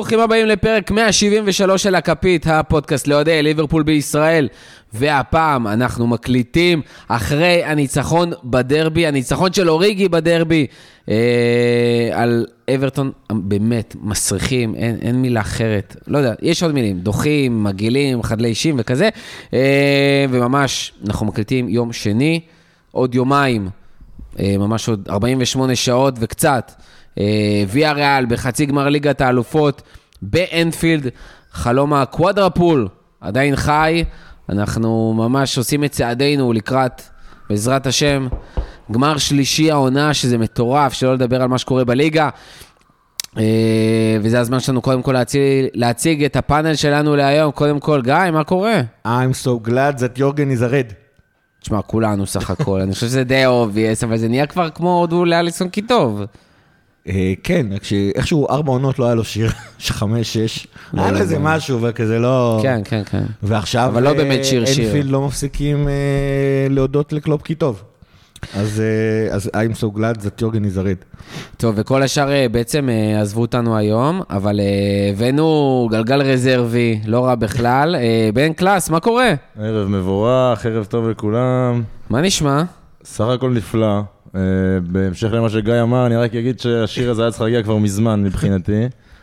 ברוכים הבאים לפרק 173 של הכפית, הפודקאסט לאוהדי ליברפול בישראל, והפעם אנחנו מקליטים אחרי הניצחון בדרבי, הניצחון של אוריגי בדרבי, על אברטון. באמת מסריחים, אין מילה אחרת, לא יודע, יש עוד מילים, דוחים, מגעילים, חדלי אישים וכזה, וממש אנחנו מקליטים יום שני, עוד יומיים, ממש עוד 48 שעות וקצת, ויה ריאל בחצי גמר ליגת האלופות באנפילד, חלום הקוואדרפול עדיין חי. אנחנו ממש עושים את צעדינו לקראת, בעזרת השם, גמר שלישי העונה, שזה מטורף, שלא לדבר על מה שקורה בליגה. וזה הזמן שלנו קודם כל להציג את הפאנל שלנו להיום. קודם כל, גיא, מה קורה? I'm so glad that Jorgen is a red. תשמע, כולנו סך הכל, אני חושב שזה די obvious, אבל זה נהיה כבר כמו הודו לאליסון כי טוב. כן, איכשהו 4 עונות לא היה לו שיר, 5, 6, היה לו איזה משהו וכזה לא... כן, כן, כן. ועכשיו אבל לא באמת שיר. אנפילד לא מפסיקים להודות לקלופ כי טוב. אז I'm so glad that Jorgen is a red. טוב, וכל השאר בעצם עזבו אותנו היום, אבל הבאנו גלגל רזרבי, לא רע בכלל. בן קלאס, מה קורה? ערב מבורך, ערב טוב לכולם. מה נשמע? סך הכל נפלא. בהמשך למה שגיא אמר, אני רק אגיד שהשיר הזה היה צריך להגיע כבר מזמן מבחינתי.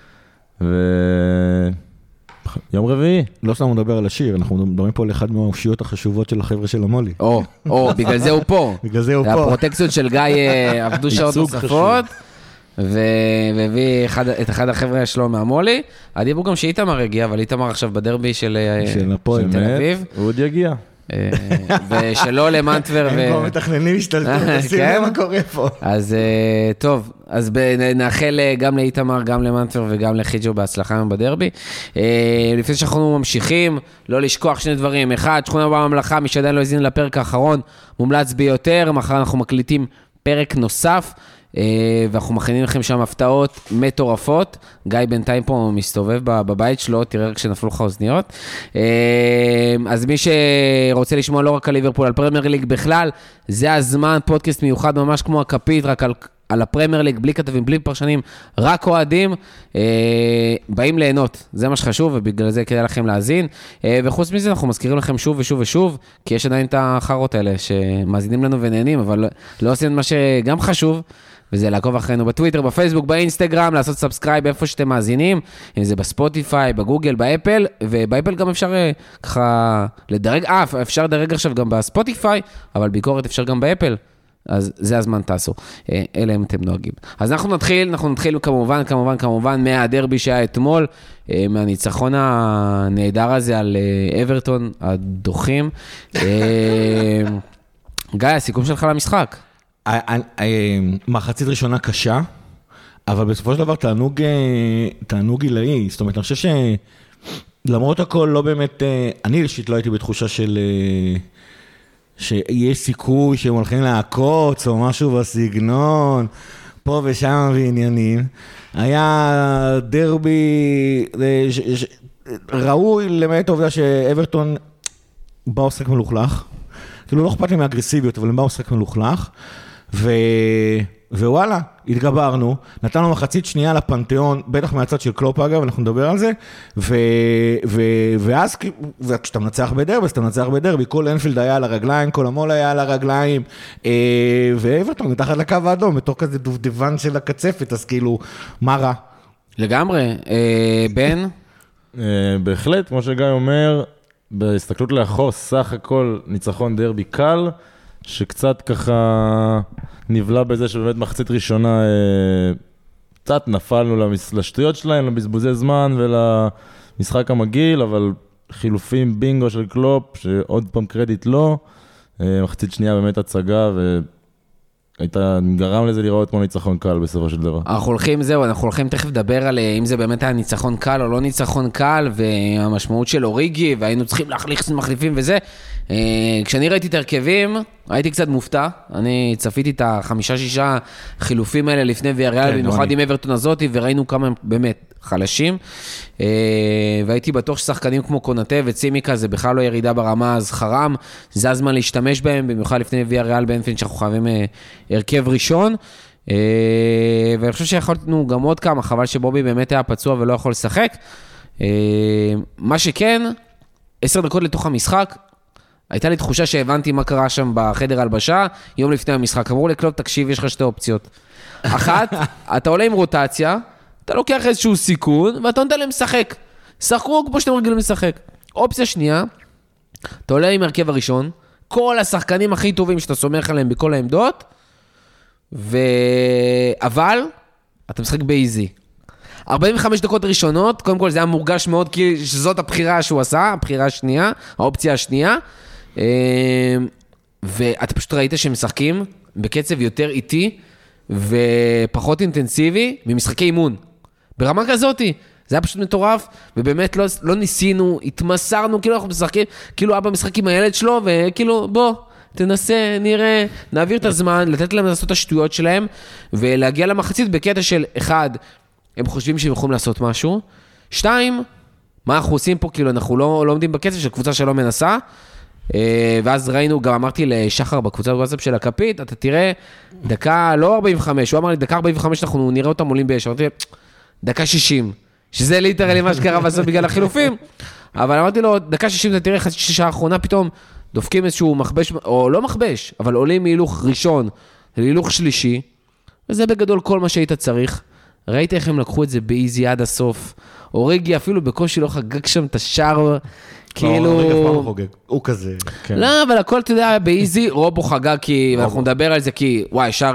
יום רביעי. לא סתם מדבר על השיר, אנחנו מדברים פה על אחד מהאושיות החשובות של החבר'ה של המולי. בגלל זה הוא פה. בגלל זה הוא פה. הפרוטקציות של גיא עבדו שעות נוספות, והביא את אחד החבר'ה שלו מהמולי. הדיבור גם שאיתמר הגיע, אבל איתמר עכשיו בדרבי של הפועל תל אביב. הוא עוד יגיע. ושלא למנטבר הם כבר מתכננים השתלטות, תשימו מה קורה פה. אז טוב, אז נאחל גם לאיתמר, גם למנטבר וגם לחיג'ו בהצלחה בדרבי. לפני שאנחנו ממשיכים, לא לשכוח שני דברים. אחד, שכונה בממלכה, מי שעדיין לא הזין לפרק האחרון, מומלץ ביותר. מחר אנחנו מקליטים פרק נוסף, ואנחנו מכינים לכם שם הפתעות מטורפות. גיא בינתיים פה מסתובב בבית שלו, תראה רק שנפלו לך אוזניות. אז מי שרוצה לשמוע לא רק על ליברפול, על פרמייר ליג בכלל, זה הזמן, פודקאסט מיוחד ממש כמו הכפית, רק על הפרמייר ליג, בלי כתבים, בלי פרשנים, רק אוהדים, באים ליהנות, זה מה שחשוב, ובגלל זה כדאי לכם להאזין. וחוץ מזה אנחנו מזכירים לכם שוב ושוב ושוב, כי יש עדיין את החרות האלה שמאזינים לנו ונהנים, אבל לא עושים מה שגם חשוב, וזה לעקוב אחרינו בטוויטר, בפייסבוק, באינסטגרם, לעשות סאבסקרייב איפה שאתם מאזינים, אם זה בספוטיפיי, בגוגל, באפל, ובאפל גם אפשר ככה לדרג, אפשר לדרג עכשיו גם בספוטיפיי, אבל ביקורת אפשר גם באפל, אז זה הזמן תעשו, אלה הם אתם נוהגים. אז אנחנו נתחיל כמובן מהדרבי שהיה אתמול, מהניצחון הנהדר הזה על אברטון, הדוחים. גיא, הסיכום שלך למשחק. מחצית ראשונה קשה, אבל בסופו של דבר תענוג עילאי. זאת אומרת, אני חושב שלמרות הכל לא באמת, אני אישית לא הייתי בתחושה שיש סיכוי שהם הולכים לעקוץ או משהו בסגנון, פה ושם ועניינים. היה דרבי, ראוי למעט העובדה שאברטון באו שחק מלוכלך, כאילו לא אכפת לי מהאגרסיביות, אבל הם באו שחק מלוכלך, ווואלה, התגברנו, נתנו מחצית שנייה לפנתיאון, בטח מהצד של קלופ אגב, אנחנו נדבר על זה, ואז כשאתה מנצח בדרבי, אז אתה מנצח בדרבי, כל אנפילד היה על הרגליים, כל המול היה על הרגליים, ואברטון מתחת לקו האדום, בתוך כזה דובדבן של הקצפת, אז כאילו, מה רע? לגמרי, בן? בהחלט, כמו שגיא אומר, בהסתכלות לאחור, סך הכל ניצחון דרבי קל, שקצת ככה נבלה בזה שבאמת מחצית ראשונה קצת נפלנו לשטויות שלהם, לבזבוזי זמן ולמשחק המגיל, אבל חילופים בינגו של קלופ, שעוד פעם קרדיט לא, מחצית שנייה באמת הצגה גרם לזה לראות כמו ניצחון קל בסופו של דבר. אנחנו הולכים תכף לדבר על אם זה באמת היה ניצחון קל או לא ניצחון קל, והמשמעות של אוריגי, והיינו צריכים להחליף מחליפים וזה. כשאני ראיתי את הרכבים, הייתי קצת מופתע, אני צפיתי את 5-6 חילופים האלה לפני ויה ריאל, במיוחד עם אברטון הזאת, וראינו כמה הם באמת חלשים, והייתי בטוח ששחקנים כמו קונטה וצימיקה, זה בכלל לא ירידה ברמה, אז חרם, זה הזמן להשתמש בהם, במיוחד לפני ויה ריאל באנפילד, שאנחנו חייבים הרכב ראשון, ואני חושב שיכולנו גם עוד כמה, חבל שבובי באמת היה פצוע ולא יכול לשחק. מה שכן, 10 דקות לתוך המשחק, הייתה לי תחושה שהבנתי מה קרה שם בחדר הלבשה, יום לפני המשחק. אמרו לי, קלופ, תקשיב, יש לך 2 אופציות. אחת, אתה עולה עם רוטציה, אתה לוקח איזשהו סיכון, ואתה נותן להם לשחק. שחקו כמו שאתם רגילים לשחק. אופציה שנייה, אתה עולה עם הרכב הראשון, כל השחקנים הכי טובים שאתה סומך עליהם בכל העמדות, אבל אתה משחק באיזי. 45 דקות ראשונות, קודם כל זה היה מורגש מאוד, כי שזאת הבחירה שהוא עשה, הבחירה השנייה, האופציה השנייה, ואתה פשוט ראית שהם משחקים בקצב יותר איטי, ופחות אינטנסיבי, ממשחקי אימון. ברמה כזאת, זה היה פשוט מטורף, ובאמת לא ניסינו, התמסרנו, כאילו אנחנו משחקים, כאילו אבא משחק עם הילד שלו, וכאילו בוא, תנסה, נראה, נעביר את הזמן, לתת להם לעשות את השטויות שלהם, ולהגיע למחצית בקטע של 1, הם חושבים שהם יכולים לעשות משהו, 2, מה אנחנו עושים פה, כאילו אנחנו לא עומדים בקצב של קבוצה שלא מנסה, ואז ראינו, גם אמרתי לשחר בקבוצת וואטסאפ של הכפית, אתה תראה, דקה, לא 45, הוא אמר לי, דקה 45 אנחנו נראה אותם עולים באש, אמרתי, דקה 60, שזה ליטרלי מה שקרה בסוף בגלל החילופים, אבל אמרתי לו, דקה 60 אתה תראה, חצי שעה האחרונה פתאום, דופקים איזשהו מחבש, או לא מחבש, אבל עולים מהילוך ראשון להילוך שלישי, וזה בגדול כל מה שהיית צריך. ראית איך הם לקחו את זה באיזי עד הסוף. אוריגי אפילו בקושי לא חגג שם את השער, כאילו... אוריגי אף פעם לא חוגג, הוא כזה. לא, אבל הכל, אתה יודע, באיזי, רובו חגג, כי אנחנו נדבר על זה, כי וואי, שער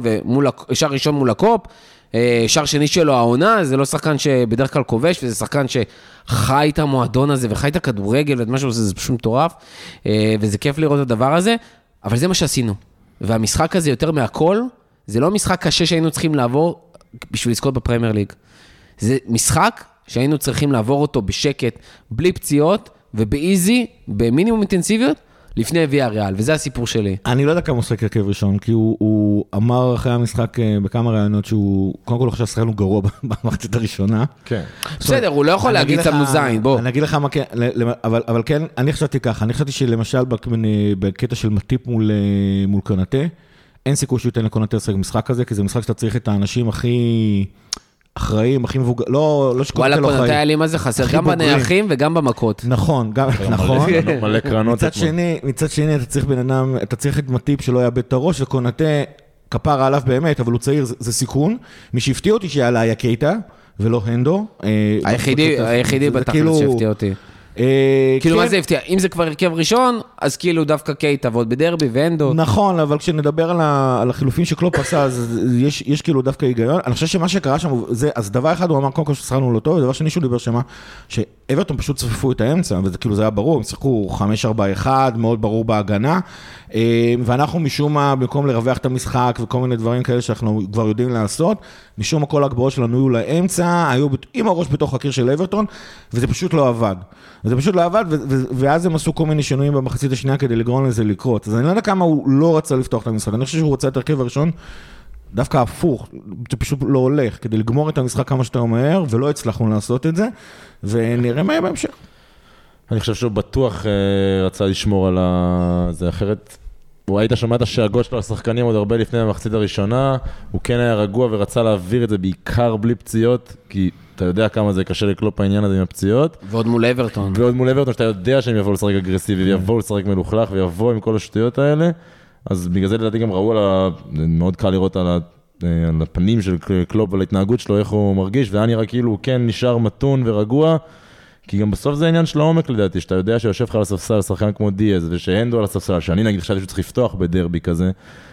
ראשון מול הקופ, שער שני שלו העונה, זה לא שחקן שבדרך כלל כובש, וזה שחקן שחי את המועדון הזה, וחי את הכדורגל, ואת משהו, זה פשוט מטורף, וזה כיף לראות את הדבר הזה, אבל זה מה שעשינו. והמשחק הזה יותר מהכל, זה לא משחק קשה שהיינו צריכים לעבור בשביל לזכות בפרמייר ליג. זה משחק שהיינו צריכים לעבור אותו בשקט, בלי פציעות, ובאיזי, במינימום אינטנסיביות, לפני ויאריאל, וזה הסיפור שלי. אני לא יודע כמה הוא שחק הרכב ראשון, כי הוא אמר אחרי המשחק בכמה רעיונות שהוא, קודם כל חושב שחקנו גרוע במחצית הראשונה. כן. בסדר, הוא לא יכול להגיד שמנו זין, בוא. אני אגיד לך מה כן, אבל כן, אני חשבתי ככה, אני חשבתי שלמשל בקטע של מטיפ מול קונטה, אין סיכוי שהוא ייתן לקונטה לשחק משחק הזה, כי זה משחק שאתה צריך את האנשים הכי... אחראים, הכי מבוגר, לא שקוראים את הלא חיים. וואלה, קונטה היה לי מה זה חסר, גם בנייחים וגם במכות. נכון, נכון. מלא קרנות. מצד שני, אתה צריך בן אדם, אתה צריך את מטיפ שלא יאבד את הראש, וקונטה כפר עליו באמת, אבל הוא צעיר, זה סיכון. מי שהפתיע אותי שעלה היה קייטה, ולא הנדו. היחידי בתכלס שהפתיע אותי. כאילו מה זה הפתיע? אם זה כבר הרכב ראשון, אז כאילו דווקא קייטה ועוד בדרבי ואנדו. נכון, אבל כשנדבר על החילופים שקלופ עשה, אז יש כאילו דווקא היגיון. אני חושב שמה שקרה שם, אז דבר אחד הוא אמר, קודם כל ששחרנו לו טוב, ודבר שני שהוא דיבר שמה, שאברטון פשוט צפפו את האמצע, וזה כאילו זה היה ברור, הם שיחקו 5-4-1, מאוד ברור בהגנה, ואנחנו משום מה, במקום לרווח את המשחק וכל מיני דברים כאלה שאנחנו כבר יודעים לעשות, משום מה כל הגבוהות שלנו היו לאמצע, היו עם הראש בתוך הקיר של אברטון, וזה פשוט לא עבד. זה פשוט לא עבד, ואז הם עשו כל מיני שינויים במחצית השנייה כדי לגרום לזה לקרות. אז אני לא יודע כמה הוא לא רצה לפתוח את המשחק. אני חושב שהוא רוצה את הרכב הראשון, דווקא הפוך, זה פשוט לא הולך, כדי לגמור את המשחק כמה שאתה מהר, ולא הצלחנו לעשות את זה, ונראה מה יהיה בהמשך. אני חושב שהוא בטוח רצה לשמור על זה, אחרת הוא היית שומע את השאגות שלו לשחקנים עוד הרבה לפני המחצית הראשונה, הוא כן היה רגוע ורצה להעביר את זה בעיקר בלי פציעות, כי אתה יודע כמה זה קשה לקלופ העניין הזה עם הפציעות. ועוד מול אברטון. ועוד מול אברטון, שאתה יודע שהם יבואו לשחק אגרסיבי, ויבואו לשחק מלוכלך, ויבואו עם כל השטויות האלה, אז בגלל זה לדעתי גם ראו מאוד קל לראות על הפנים של קלופ ועל ההתנהגות שלו, איך הוא מרגיש, והיה נראה כאילו הוא כן נשאר מתון ורגוע, כי גם בסוף זה העניין של העומק לדעתי, שאתה יודע שיושב לך על הספסל שחקן כמו דיאז, ושהנדו על הספסל, שאני נגיד חשבתי שהוא צריך לפתוח בדרבי כזה,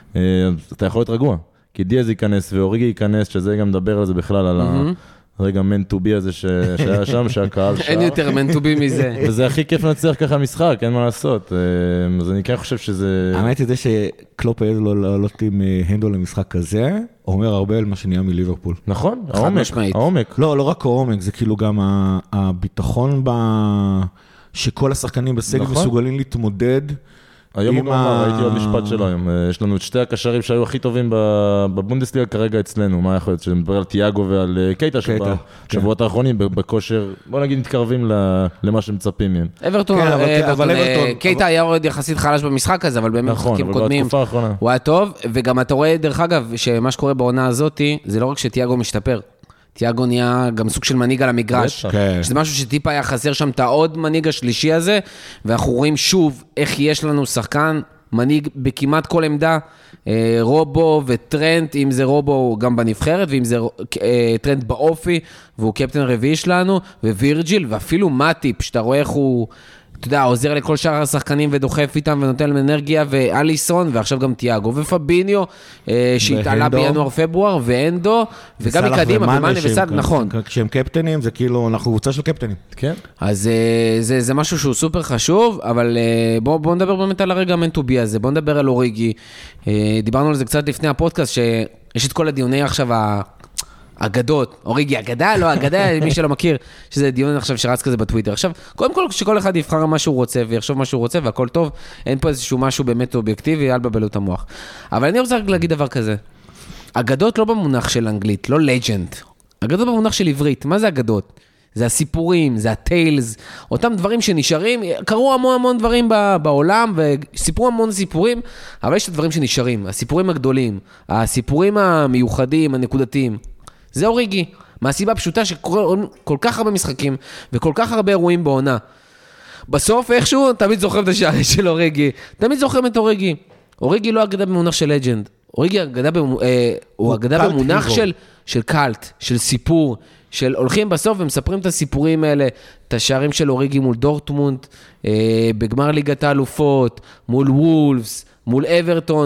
אתה יכול להיות רגוע, כי דיאז ייכנס ואוריגי ייכנס, שזה גם מדבר על זה בכלל, על הרגע מנטובי הזה שהיה שם, שהקהל שם. אין יותר מנטובי מזה. וזה הכי כיף לנצח ככה משחק, אין מה לעשות. אז אני כן חושב שזה... האמת היא זה שקלופ העז לא לעלות עם הנדו למשחק כזה, אומר הרבה על מה שנהיה מליברפול. נכון, העומק. לא רק העומק, זה כאילו גם הביטחון שכל השחקנים בסגל מסוגלים להתמודד היום הוא אמר, ראיתי עוד משפט שלו היום. יש לנו את שתי הקשרים שהיו הכי טובים בבונדסליגה כרגע אצלנו. מה יכול להיות? שמדבר על תיאגו ועל קייטה שבשבועות האחרונים בכושר, בוא נגיד, מתקרבים למה שמצפים מהם. אברטון, קייטה היה עוד יחסית חלש במשחק הזה, אבל באמת משחקים קודמים. הוא היה טוב, וגם אתה רואה, דרך אגב, שמה שקורה בעונה הזאת, זה לא רק שתיאגו משתפר. תיאגו נהיה גם סוג של מנהיג על המגרש, שזה משהו שטיפה היה חסר שם את העוד מנהיג השלישי הזה, ואנחנו רואים שוב איך יש לנו שחקן, מנהיג בכמעט כל עמדה, רובו וטרנט, אם זה רובו גם בנבחרת, ואם זה טרנט באופי, והוא קפטן רביעי שלנו, ווירג'יל, ואפילו מטיפ, שאתה רואה איך הוא, אתה יודע, עוזר לכל שאר השחקנים ודוחף איתם ונותן להם אנרגיה, ואליסון, ועכשיו גם תיאגו, ופביניו, שהתעלה בינואר-פברואר, ואנדו, וגם מקדימה, ומאנה וסד, נכון. כשהם קפטנים, זה כאילו, אנחנו קבוצה של קפטנים. כן. אז זה משהו שהוא סופר חשוב, אבל בואו נדבר באמת על הרגע המנטובי הזה, בואו נדבר על אוריגי. דיברנו על זה קצת לפני הפודקאסט, שיש את כל הדיוני עכשיו אגדות, אוריגי אגדה, לא אגדה, מי שלא מכיר, שזה דיון עכשיו שרץ כזה בטוויטר. עכשיו, קודם כל, שכל אחד יבחר מה שהוא רוצה, ויחשוב מה שהוא רוצה, והכל טוב, אין פה איזשהו משהו באמת אובייקטיבי, אל בבלו את המוח. אבל אני רוצה רק להגיד דבר כזה, אגדות לא במונח של אנגלית, לא לג'נד, אגדות במונח של עברית, מה זה אגדות? זה הסיפורים, זה הטיילס, אותם דברים שנשארים, קרו המון דברים בעולם, וסיפרו המון סיפורים, אבל יש את הדברים שנשארים, הסיפורים הגדולים, הסיפורים המיוחדים, הנקודתיים. זה אוריגי, מהסיבה הפשוטה שכל כך הרבה משחקים, וכל כך הרבה אירועים בעונה. בסוף איכשהו, תמיד זוכרים את השער של אוריגי, תמיד זוכרים את אוריגי. אוריגי לא אגדה במונח של לג'נד, אוריגי הוא אגדה במונח של קלט, של סיפור, של הולכים בסוף ומספרים את הסיפורים האלה, את השערים של אוריגי מול דורטמונד, בגמר ליגת האלופות, מול וולפס, מול אברטון,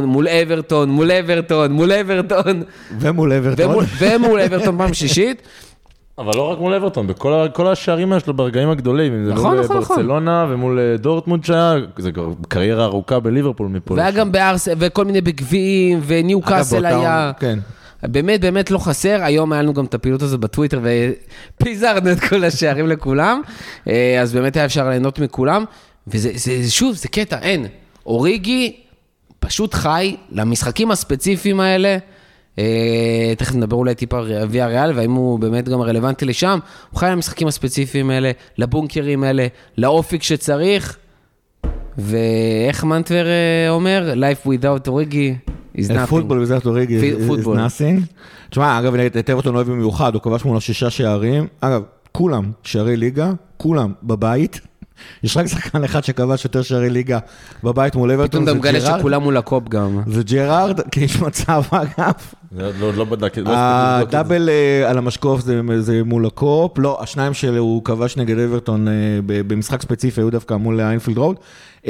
ומול אברטון פעם שישית. אבל לא רק מול אברטון, בכל השערים שלו ברגעים הגדולים, אם זה מול ברצלונה ומול דורטמונד שהיה, זה קריירה ארוכה בליברפול מפה. והיה גם בארס, וכל מיני בגביעים, וניוקאסל היה. באמת לא חסר, היום היה לנו גם את הפעילות הזאת בטוויטר, ופיזרנו את כל השערים לכולם, אז באמת היה אפשר ליהנות מכולם, ושוב, זה קטע, אין. אוריגי פשוט חי למשחקים הספציפיים האלה, תכף נדבר אולי טיפה ויה ריאל, והאם הוא באמת גם רלוונטי לשם, הוא חי למשחקים הספציפיים האלה, לבונקרים האלה, לאופק שצריך, ואיך מנטבר אומר, life without אוריגי is nothing. פוטבול without אוריגי is nothing. תשמע, אגב, את אברטון אוהב במיוחד, הוא כבש מול 6 שערים, אגב, כולם שערי ליגה, כולם בבית, יש רק שחקן אחד שכבש יותר שערי ליגה בבית מול אברטון, פתאום גם גלה שכולם מול הקופ גם. זה ג'רארד, כי יש מצב אגב. לא בדק. הדאבל על המשקוף זה מול הקופ, לא, השניים שלו הוא כבש נגד אברטון במשחק ספציפי, היו דווקא מול איינפילד רוד.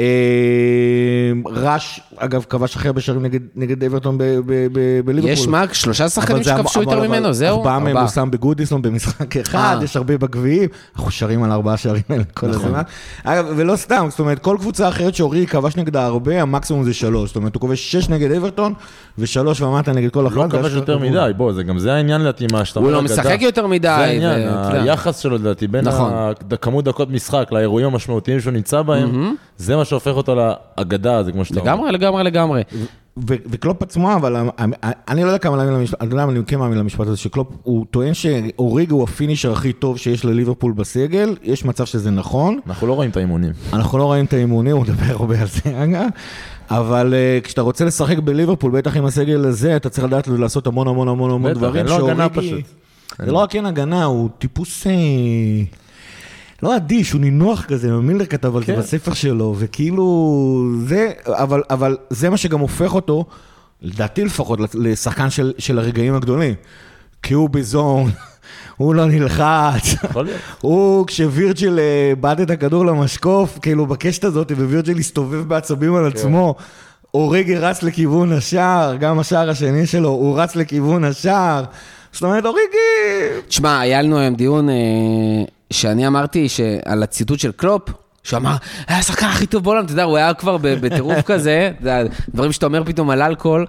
רש, אגב, כבש אחרי בשערים נגד אברטון בליברפול. יש מק, 3 שחקנים שכבשו יותר ממנו, זהו? 4 מהם הוא שם בגודיסון במשחק אחד, יש הרבה בגביעים, אנחנו שרים על 4 שערים האלה כל הזמן. אגב, ולא סתם, זאת אומרת, כל קבוצה אחרת שאוריגי כבש נגדה הרבה, המקסימום זה 3, זאת אומרת, הוא כובש 6 נגד אברטון, ו3 ומטה נגד כל אחד. הוא לא כבש יותר מדי, בוא, גם זה העניין להתאימה. הוא לא משחק יותר מדי. זה העניין, היחס שלו לדעתי, בין כמות דקות משחק לאירועים המשמעותיים שהוא נמצא בהם, זה מה שהופך אותו לאגדה, זה כמו שאתה אומר. לגמרי. וקלופ עצמו, אבל אני לא יודע כמה אני כן מאמין למשפט הזה, שקלופ, הוא טוען שאוריגי הוא הפינישר הכי טוב שיש לליברפול בסגל, יש מצב שזה נכון. אנחנו לא רואים את האימונים. הוא מדבר הרבה על זה, אגב. אבל כשאתה רוצה לשחק בליברפול, בטח עם הסגל הזה, אתה צריך לדעת לעשות המון דברים שאוריגי... זה לא רק אין הגנה, הוא טיפוס... לא אדיש, הוא נינוח כזה, מילר כתב על זה בספר שלו, וכאילו זה, אבל זה מה שגם הופך אותו, לדעתי לפחות, לשחקן של הרגעים הגדולים. כי הוא בזון, הוא לא נלחץ, הוא כשווירג'יל בעט את הכדור למשקוף, כאילו בקשת הזאת, ווירג'יל הסתובב בעצבים על עצמו, אוריגי רץ לכיוון השער, גם השער השני שלו, הוא רץ לכיוון השער, זאת אומרת, אוריגי... תשמע, היה לנו היום דיון שאני אמרתי על הציטוט של קלופ, שהוא אמר, היה השחקן הכי טוב בעולם, אתה יודע, הוא היה כבר בטירוף כזה, דברים שאתה אומר פתאום על אלכוהול,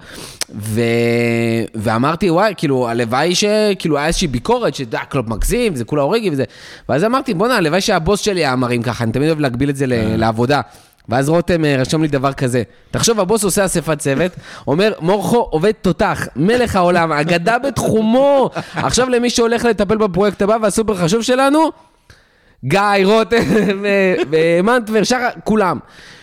ואמרתי, וואי, כאילו, הלוואי שכאילו היה איזושהי ביקורת, שדה, קלופ מגזים, זה כולה אוריגי וזה, ואז אמרתי, בוא נה, הלוואי שהבוס שלי היה אמרים ככה, אני תמיד אוהב להגביל את זה לעבודה, ואז רותם רשום לי דבר כזה, תחשוב, הבוס עושה אספת צוות, אומר, מורכו עובד תותח, מלך העולם, אגדה בתחומו, עכשיו למי שהולך לטפל בפרויקט הבא, והסופר חשוב שלנו, גיא, רותם, ומנטבר, שחר, כולם.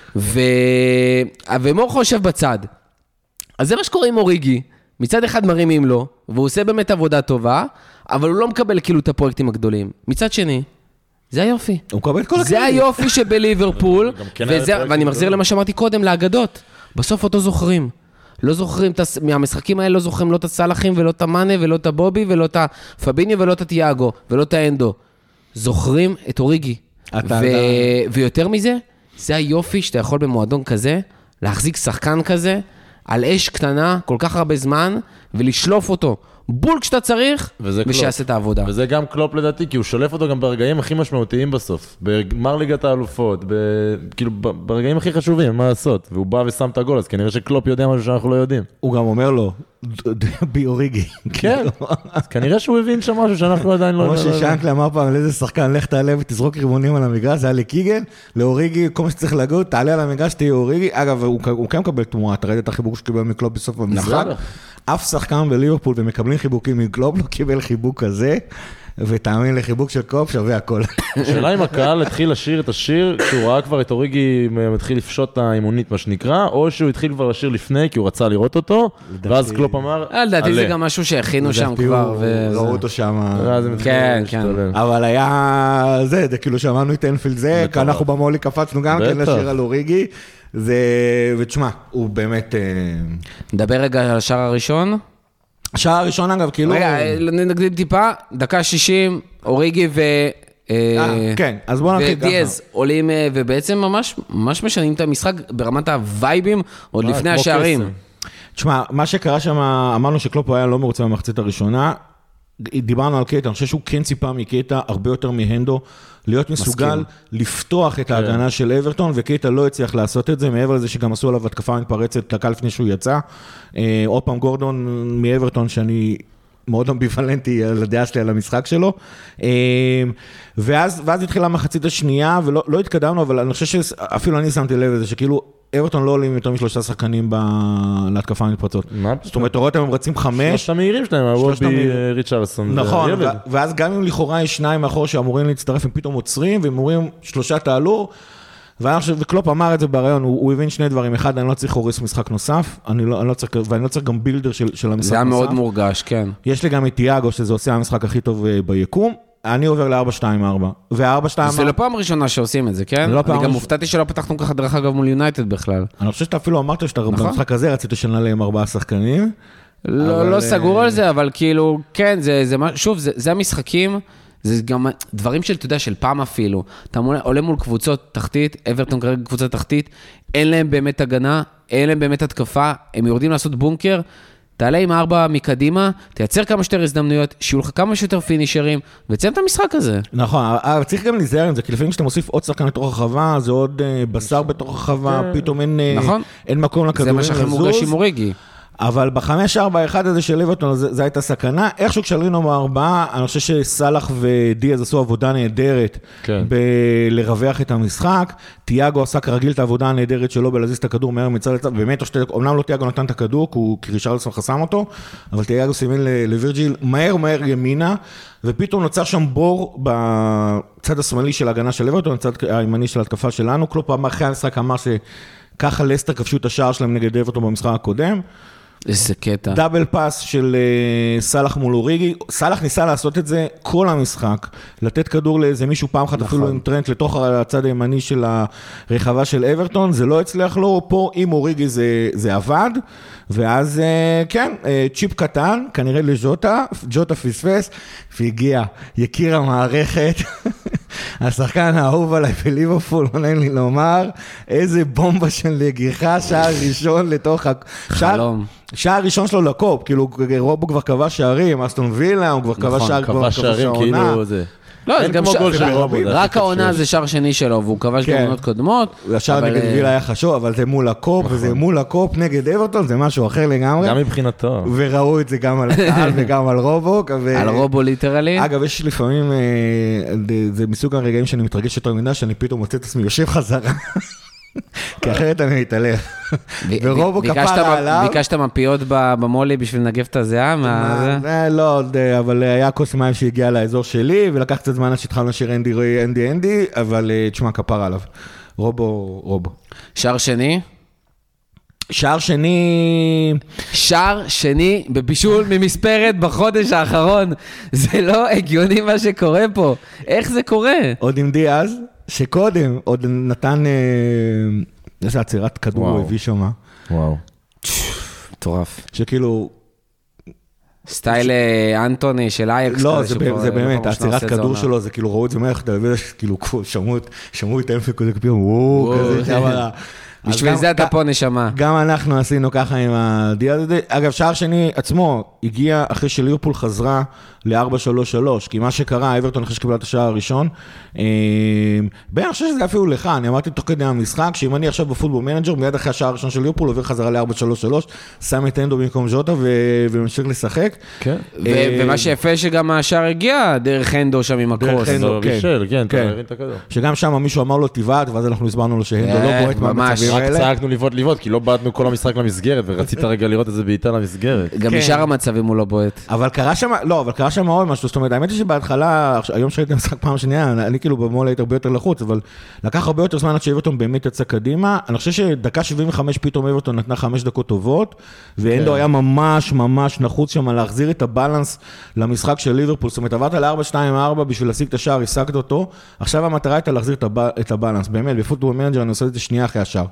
ומורכו יושב בצד. אז זה מה שקורה עם אוריגי, מצד אחד מרימים לו, והוא עושה באמת עבודה טובה, אבל הוא לא מקבל כאילו את הפרויקטים הגדולים. מצד שני, זה היופי. הוא מקבל את כל זה היופי שבליברפול, ואני מחזיר למה שאמרתי קודם, לאגדות. בסוף אותו זוכרים. לא זוכרים, מהמשחקים האלה לא זוכרים לא את הסלחים, ולא את המאנה, ולא את הבובי, ולא את הפביני, ולא את הטיאגו, ולא את האנדו. זוכרים את אוריגי. ויותר מזה, זה היופי שאתה יכול במועדון כזה, להחזיק שחקן כזה, על אש קטנה, כל כך הרבה זמן, ולשלוף אותו. בול כשאתה צריך, ושיעשה את העבודה. וזה גם קלופ לדעתי, כי הוא שולף אותו גם ברגעים הכי משמעותיים בסוף. בגמר ליגת האלופות, כאילו ברגעים הכי חשובים, מה לעשות? והוא בא ושם את הגול, אז כנראה שקלופ יודע משהו שאנחנו לא יודעים. הוא גם אומר לו, בי אוריגי. כן, אז כנראה שהוא הבין שם משהו שאנחנו עדיין לא... כמו ששנקלי אמר פעם, לאיזה שחקן, לך תעלה ותזרוק רימונים על המגרש, זה היה לקיגן, לאוריגי, כל מה שצריך להגיד, תעלה על המגרש, תהיה אוריגי. אגב, הוא כן מקבל תמורה, אתה ראית את החיבוק שקיבל מקלופ בסוף המשחק. אף שחקן בליברפול ומקבלים חיבוקים מקלופ, לא קיבל חיבוק כזה, ותאמין לחיבוק של קלופ שווה הכל. השאלה אם הקהל התחיל לשיר את השיר, כשהוא ראה כבר את אוריגי מתחיל לפשוט את האימונית, מה שנקרא, או שהוא התחיל כבר לשיר לפני, כי הוא רצה לראות אותו, ואז קלופ אמר, לדעתי זה גם משהו שהכינו שם כבר. ראו אותו שם. כן, כן. אבל היה זה כאילו שמענו את אנפילד זה, כי אנחנו במולי קפצנו גם כן לשיר על אוריגי, ותשמע, הוא באמת... נדבר רגע על השער הראשון. השער הראשון אגב, כאילו... רגע, נקדים טיפה, דקה 60, אוריגי כן, אז בואו נתחיל ככה. ודיאז עולים, ובעצם ממש משנים את המשחק ברמת הווייבים, עוד לפני השערים. תשמע, מה שקרה שם, אמרנו שקלופ היה לא מרוצה במחצית הראשונה, דיברנו על קייטה, אני חושב שהוא כן ציפה מקייטה הרבה יותר מהנדו, להיות מסוגל לפתוח את ההגנה של אברטון, וקייטה לא הצליח לעשות את זה, מעבר לזה שגם עשו עליו התקפה מתפרצת דקה לפני שהוא יצא. עוד פעם גורדון מאברטון, שאני מאוד אמביוולנטי על הדעה שלי על המשחק שלו. ואז התחילה המחצית השנייה, ולא התקדמנו, אבל אני חושב שאפילו אני שמתי לב לזה, שכאילו אברטון לא עולים יותר משלושה שחקנים להתקפה המתפרצות. זאת אומרת, רואים הם רצים 5. שלושת המהירים שלהם, וובי ריצ'רלסון. נכון, ואז גם אם לכאורה יש 2 מאחור שאמורים להצטרף, הם פתאום עוצרים, והם אומרים 3 תעלו, וקלופ אמר את זה ברעיון, הוא הבין 2 דברים. אחד, אני לא צריך הוריס משחק נוסף, ואני לא צריך גם בילדר של המשחק נוסף. זה היה מאוד מורגש, כן. יש לי גם את טיאגו, שזה עושה המשחק הכי טוב ביקום. אני עובר ל-4-2-4. זה לא פעם ראשונה שעושים את זה, כן? אני גם מופתעתי שלא פתחנו ככה דרך אגב מול יונייטד בכלל. אני חושב שאתה אפילו אמרת שאתה במשחק הזה רצית שנעלה עם 4 שחקנים. לא סגור על זה, אבל כאילו, כן, שוב, זה המשחקים, זה גם דברים של, אתה יודע, של פעם אפילו. אתה עולה מול קבוצות תחתית, אברטון כרגע קבוצה תחתית, אין להם באמת הגנה, אין להם באמת התקפה, הם יורדים לעשות בונקר, תעלה עם 4 מקדימה, תייצר כמה שיותר הזדמנויות, שיהיו לך כמה שיותר פינישרים, וציים את המשחק הזה. נכון, אבל צריך גם להיזהר עם זה, כי לפעמים כשאתה מוסיף עוד שחקן לתוך הרחבה, זה עוד בשר בתוך הרחבה, פתאום אין מקום לכדורים לזוז. זה מה שהכי מורגש עם אוריגי. אבל ב-5-4-1 הזה של אברטון, זה הייתה סכנה. איכשהו כשעלינו ב4, אני חושב שסלח ודיאז עשו עבודה נהדרת בלרווח את המשחק. טיאגו עשה כרגיל את העבודה הנהדרת שלו בלהזיז את הכדור מהר מצד לצד, באמת, אומנם לא טיאגו נתן את הכדור, כי ריצ'רלסון חסם אותו, אבל טיאגו סימן לווירג'יל מהר ימינה, ופתאום נוצר שם בור בצד השמאלי של ההגנה של אברטון, בצד הימני של התקפה שלנו. קלופ אחרי המשחק אמר שככה לסטר כבשו את השער שלהם נגד אברטון במשחק הקודם. איזה קטע. דאבל פאס של סלח מול אוריגי. סלח ניסה לעשות את זה כל המשחק, לתת כדור לאיזה מישהו פעם אחת אפילו עם טרנט לתוך הצד הימני של הרחבה של אברטון, זה לא הצליח לו, פה עם אוריגי זה עבד, ואז כן, צ'יפ קטן, כנראה לג'וטה, ג'וטה פספס, והגיע, יקיר המערכת, השחקן האהוב עליי בליברפול, עונה לי לומר, איזה בומבה של נגיחה, שער ראשון לתוך חלום. שער ראשון שלו לקופ, כאילו רובו כבר קבע שערים, אסטון וילה, הוא כבר קבע שער, קבע שערים, כאילו זה. לא, זה גם רק העונה זה שער שני שלו, והוא כבש גם עונות קודמות. השער נגד וילה היה חשוב, אבל זה מול הקופ, וזה מול הקופ נגד אברטון, זה משהו אחר לגמרי. גם מבחינתו. וראו את זה גם על הקהל וגם על רובו. על רובו ליטרלי. אגב, יש לפעמים, זה מסוג הרגעים שאני מתרגש יותר מדי, שאני פתאום מוצא את עצמי, יושב חזרה. כי אחרת אני מתעלך. ורובו כפרה עליו. ביקשת מפיות במולי בשביל לנגב את הזיעה? לא, אבל היה כוס מים שהגיע לאזור שלי, ולקח קצת זמן עד שהתחלנו לשיר אנדי, אבל תשמע, כפרה עליו. רובו. שער שני? שער שני בבישול ממספרת בחודש האחרון. זה לא הגיוני מה שקורה פה. איך זה קורה? עוד עם דיאז, שקודם עוד נתן איזה עצירת כדור הוא הביא שמה. וואו. מטורף. שכאילו... סטייל אנטוני של אייקס. לא, זה באמת, העצירת כדור שלו, זה כאילו ראו את זה מלך, כאילו שמעו את האמפק כזה כפי, וואו, כזה שמה. בשביל זה אתה פה נשמה. גם אנחנו עשינו ככה עם הדיאז הזה. אגב, שער שני עצמו הגיע אחרי שליברפול חזרה ל-4-3-3, כי מה שקרה, אברטון אחרי שקיבלה את השער הראשון, אני חושב שזה אפילו לך, אני אמרתי תוך כדי המשחק, שאם אני עכשיו בפוטבול מנג'ר, מיד אחרי השער הראשון של ליברפול, עובר חזרה ל-4-3-3, שם את אנדו במקום ז'וטה וממשיך לשחק. כן. ומה שיפה שגם השער הגיע דרך אנדו שם עם הקרוס. כן. שגם שם מישהו אמר לו תיבד, ואז אנחנו הסברנו לו שהנדו לא בועט מהמצבים האלה. רק צעקנו לבעוט, כי לא בעטנו כל המשחק למסגרת, ורצית רגע לראות את זה בעיטה למסגרת. גם בשאר המצבים הוא לא בועט. אבל קרה שם עוד משהו, זאת אומרת, האמת היא שבהתחלה, היום שראיתי המשחק פעם שנייה, אני כאילו במול הייתי הרבה יותר לחוץ, אבל לקח הרבה יותר זמן עד שאברטון באמת יצא קדימה. אני חושב שדקה 75 פתאום אברטון נתנה 5 דקות טובות, ואנדו היה ממש נחוץ שם להחזיר את הבלנס למשחק של ליברפול. זאת אומרת, עברת ל-4-2-4 בשביל להשיג את השער, השגת אותו. עכשיו המטרה הייתה להחזיר את הבלנס. באמת, בפוטבול מנג'ר אני עושה את זה שנייה אחרי השער.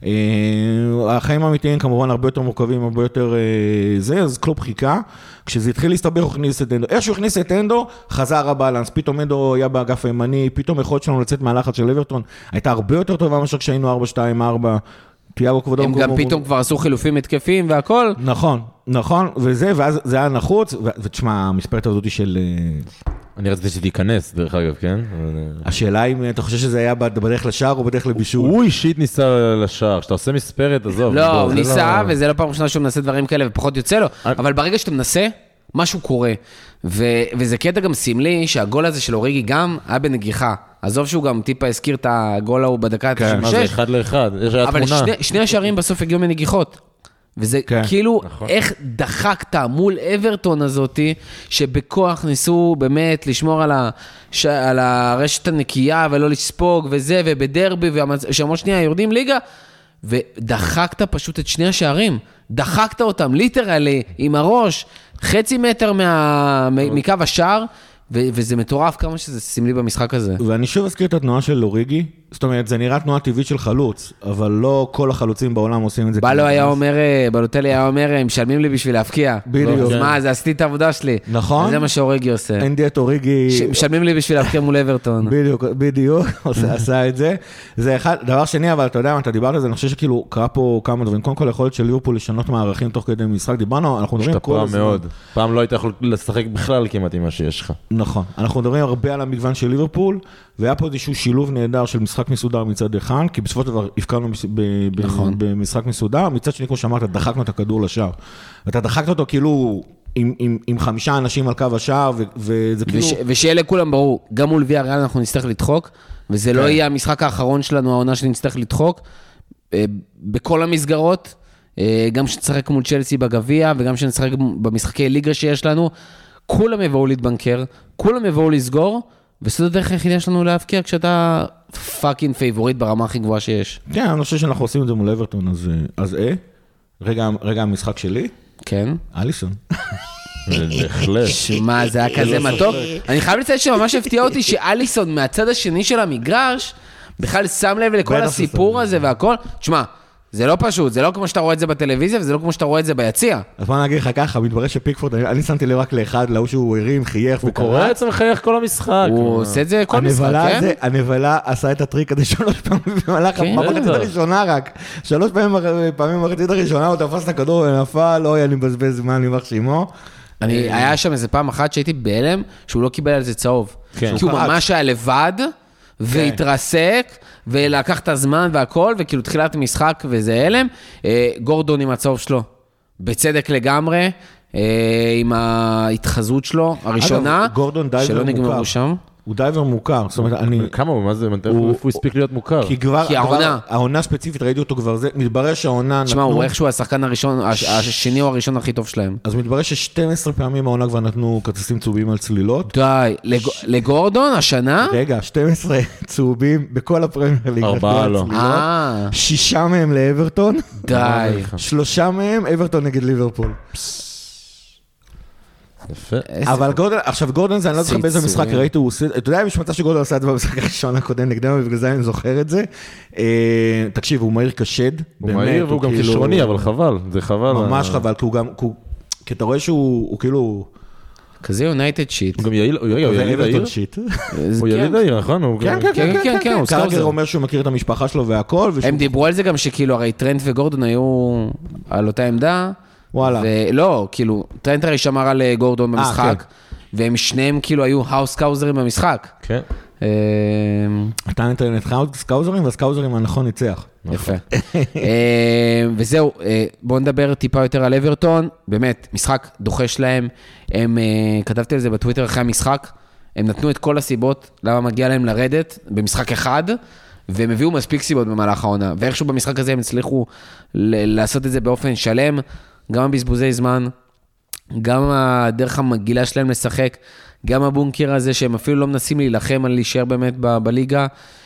החיים האמיתיים כמובן הרבה יותר מורכבים, הרבה יותר אז קלופ חיכה, כשזה התחיל להסתבר הוא הכניס את אנדו, איך שהוא הכניס את אנדו, חזר הבלנס, פתאום אנדו היה באגף הימני, פתאום יכולת שלנו לצאת מהלחץ של אברטון, הייתה הרבה יותר טובה מאשר כשהיינו 4-2-4, תיאגו כבודו. הם גם פתאום כבר עשו חילופים התקפים והכל. נכון, ואז זה היה נחוץ, ותשמע, המספרת הזאת של... אני רציתי שתיכנס, דרך אגב, כן? השאלה אם אתה חושב שזה היה בדרך לשער או בדרך לבישול? הוא אישית ניסה לשער, כשאתה עושה מספרת, עזוב. לא, הוא ניסה, וזה לא פעם ראשונה שהוא מנסה דברים כאלה, ופחות יוצא לו. אבל ברגע שאתה מנסה, משהו קורה. וזה קטע גם סמלי, שהגול הזה של אוריגי גם היה בנגיחה. עזוב שהוא גם טיפה הזכיר את הגול ההוא בדקה 96. מה זה 1-1? יש היה תמונה. אבל שני השערים בסוף הגיעו מנגיחות. וזה כאילו, איך דחקת מול אברטון הזאתי, שבכוח ניסו באמת לשמור על הרשת הנקייה, ולא לספוג וזה, ובדרבי, ושמות שנייה יורדים ליגה, ודחקת פשוט את שני השערים. דחקת אותם, ליטרלי, עם הראש, חצי מטר מקו השער, וזה מטורף כמה שזה סמלי במשחק הזה. ואני שוב אזכיר את התנועה של אוריגי, זאת אומרת, זה נראה תנועה טבעית של חלוץ, אבל לא כל החלוצים בעולם עושים את זה. בלוטלי היה אומר, הם משלמים לי בשביל להפקיע. בדיוק. מה, זה עשיתי את העבודה שלי. נכון. זה מה שאוריגי עושה. אין דיאט אוריגי... משלמים לי בשביל להפקיע מול אברטון. בדיוק, עשה את זה. זה אחד, דבר שני, אבל אתה יודע מה, אתה דיברת על זה, אני חושב שכאילו קרה פה כמה דברים. קודם כל, יכול להיות של ליברפול לשנות מערכים תוך כדי משחק. דיברנו, אנחנו מדברים כל הזמן. מאוד. פעם לא היית יכול לשחק בכלל כמעט עם מה שיש לך. נכון. אנחנו מדברים הרבה על המגוון של ליברפול, והיה פה איזשהו שילוב נהדר של משחק מסודר מצד אחד, כי בסופו של דבר הפקרנו במשחק מסודר, מצד שני, כמו שאמרת, דחקנו את הכדור לשער. ואתה דחקת אותו כאילו עם 5 אנשים על קו השער, וזה כאילו... ושיהיה לכולם ברור, גם מול ויאריאל אנחנו נצטרך לדחוק, וזה לא יהיה המשחק האחרון שלנו, העונה שנצטרך לדחוק, בכל המסגרות, גם שנצחק מול צ'לסי בגביע, וגם שנצחק במשחקי ליגה שיש לנו, כולם יבואו להתבנקר, כולם יבואו לסגור, וזאת הדרך היחידה שלנו להפקיע כשאתה פאקינג פייבוריט ברמה הכי גבוהה שיש. כן, אני חושב שאנחנו עושים את זה מול אברטון, אז רגע המשחק שלי? כן. אליסון. בהחלט. שמה, זה היה כזה מתוק. אני חייב לציין שממש הפתיע אותי שאליסון מהצד השני של המגרש, בכלל שם לב לכל הסיפור הזה והכל. תשמע, זה לא פשוט, זה לא כמו שאתה רואה את זה בטלוויזיה, וזה לא כמו שאתה רואה את זה ביציע. אז בוא נגיד לך ככה, מתברר שפיקפורד, אני שמתי לב רק לאחד, להוא שהוא הרים, חייך וקרא. הוא קורא עצם חייך כל המשחק. הוא עושה את זה כל משחק, כן? הנבלה עשה את הטריק הזה 3 פעמים במהלך המחצית הראשונה רק. 3 פעמים במחצית הראשונה, הוא תפס את הכדור ונפל, אוי, אני מבזבז זמן, אני מחשימו. היה שם איזה פעם אחת שהייתי בהלם, שהוא לא קיבל על זה צהוב. כי הוא ממש היה לבד, והתרסק, ולקח את הזמן והכל, וכאילו תחילת משחק וזה הלם. גורדון עם הצהוב שלו, בצדק לגמרי, עם ההתחזות שלו, הראשונה, שלא נגמרו שם. הוא דייבר מוכר, זאת אומרת, כמה הוא, מה זה, איפה הוא הספיק להיות מוכר? כי העונה ספציפית, ראיתי אותו כבר, מתברר שהעונה... תשמע, הוא איכשהו השחקן הראשון, השני או הראשון הכי טוב שלהם. אז מתברר ש12 פעמים העונה כבר נתנו כרטיסים צהובים על צלילות. די, לגורדון השנה? רגע, 12 צהובים בכל הפרמייר ליג. 4 לא. 6 מהם לאברטון. די. 3 מהם אברטון נגד ליברפול. יפה. אבל גורדון, עכשיו גורדון זה, אני לא זוכר באיזה משחק ראיתי, אתה יודע, יש מצב שגורדון עשה את זה במשחק הראשון הקודם נגדם, ובגלל זה אני זוכר את זה. תקשיב, הוא מהיר כשד. הוא מהיר והוא גם כישרוני, אבל חבל, זה חבל. ממש חבל, כי אתה רואה שהוא כאילו... כזה יונייטד שיט. הוא גם יעיל, הוא יליד העיר? הוא יליד העיר, נכון? כן. קרגר אומר שהוא מכיר את המשפחה שלו והכל. הם דיברו על זה גם שכאילו, הרי טרנט וגורדון היו על אותה עמדה. וואלה. לא, כאילו, טרנט הרי שמר על גורדון במשחק, והם שניהם כאילו היו האוסקאוזרים במשחק. כן. אתה נתן את סקאוזרים, והסקאוזרים הנכון ניצח. יפה. וזהו, בואו נדבר טיפה יותר על אברטון, באמת, משחק דוחש להם, כתבתי על זה בטוויטר אחרי המשחק, הם נתנו את כל הסיבות למה מגיע להם לרדת במשחק אחד, והם הביאו מספיק סיבות במהלך העונה, ואיכשהו במשחק הזה הם הצליחו לעשות את זה באופן שלם, גם הבזבוזי זמן, גם הדרך המגילה שלהם לשחק, גם הבונקר הזה שהם אפילו לא מנסים להילחם על להישאר באמת בליגה,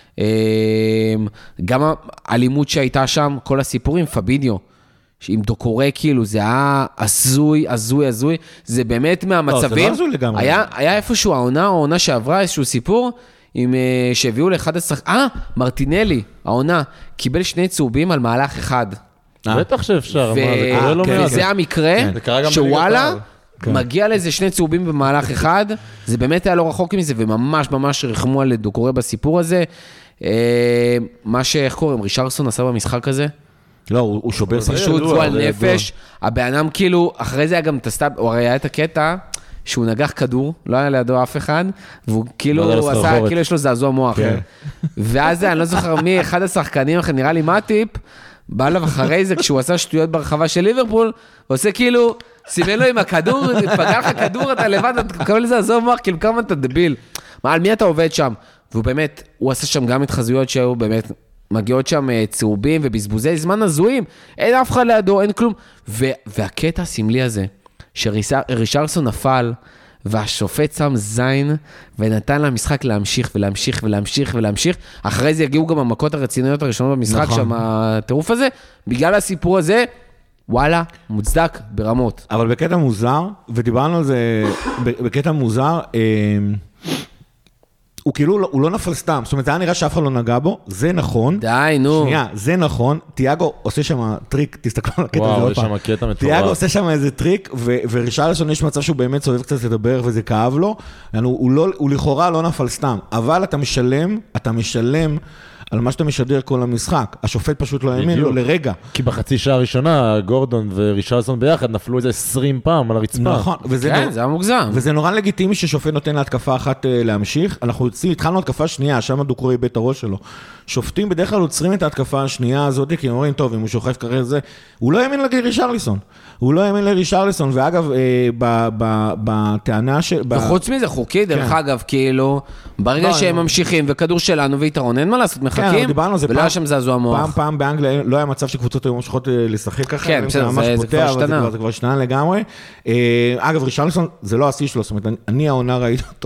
גם האלימות שהייתה שם, כל הסיפורים, פביניו, עם דוקורי כאילו, זה היה הזוי, זה באמת מהמצבים, לא, זה לא הזוי לגמרי. היה איפשהו העונה שעברה איזשהו סיפור, שהביאו לאחד מרטינלי, העונה, קיבל 2 צהובים על מהלך אחד. בטח שאפשר, זה קורה לא מעט. וזה המקרה שוואלה, מגיע לזה 2 צהובים במהלך אחד, זה באמת היה לא רחוק מזה, וממש ממש רחמו על דוקורי בסיפור הזה. מה שאיך קוראים, רישרסון עשה במשחק הזה? לא, הוא שובר פשוט גועל נפש, הבענם כאילו, אחרי זה היה גם הוא הרי היה את הקטע, שהוא נגח כדור, לא היה לידו אף אחד, והוא כאילו עשה, כאילו יש לו זעזוע מוח. ואז אני לא זוכר מי, אחד השחקנים, נראה לי מטיפ, בא אליו אחרי זה, כשהוא עשה שטויות ברחבה של ליברפול, הוא עושה כאילו, סימן לו עם הכדור, פגע לך כדור, אתה לבד, אתה קבל זעזוע מוח, כאילו כמה אתה דביל. מה, על מי אתה עובד שם? והוא באמת, הוא עשה שם גם התחזויות שהיו באמת, מגיעות שם צהובים ובזבוזי זמן הזויים, אין אף אחד לידו, אין כלום. והקטע הסמלי הזה, שרישרסון נפל, והשופט שם זין, ונתן למשחק להמשיך ולהמשיך ולהמשיך ולהמשיך, אחרי זה הגיעו גם המכות הרציניות הראשונות במשחק, שם הטירוף הזה, בגלל הסיפור הזה, וואלה, מוצדק ברמות. אבל בקטע מוזר, ודיברנו על זה, בקטע מוזר, הוא כאילו, הוא לא נפל סתם, זאת אומרת, זה היה נראה שאף אחד לא נגע בו, זה נכון. די, נו. שנייה, זה נכון, תיאגו עושה שם טריק, תסתכלו על הקטע הזה עוד פעם. וואו, יש שם קטע מטורף. תיאגו עושה שם איזה טריק, ורישרלסון יש מצב שהוא באמת סובב קצת לדבר, וזה כאב לו, הוא לכאורה לא נפל סתם, אבל אתה משלם על מה שאתה משדר כל המשחק. השופט פשוט לא האמין לו לרגע. כי בחצי שעה הראשונה, גורדון ורישרלסון ביחד נפלו איזה 20 פעם על הרצפה. נכון. כן, זה היה מוגזם. וזה נורא לגיטימי ששופט נותן להתקפה אחת להמשיך. אנחנו התחלנו התקפה שנייה, שם דוקורי בית הראש שלו. שופטים בדרך כלל עוצרים את ההתקפה השנייה הזאת, כי הם אומרים, טוב, אם הוא שוכב כרגע זה, הוא לא האמין לרישרלסון. הוא לא האמין לרישרלסון, ואגב, בטענה וחוץ מזה, חוקי, דרך אגב, כאילו, ברגע שהם ממשיכים, וכדור שלנו ויתרון, אין מה לעשות, מחכים, ולא היה שם זעזוע מוח. פעם באנגליה לא היה מצב שקבוצות היו ממשיכות לשחק ככה, כן, בסדר, זה כבר השתנה. זה כבר השתנה לגמרי. אגב, רישרלסון, זה לא השיא שלו, זאת אומרת, אני העונה ראיתי אותו,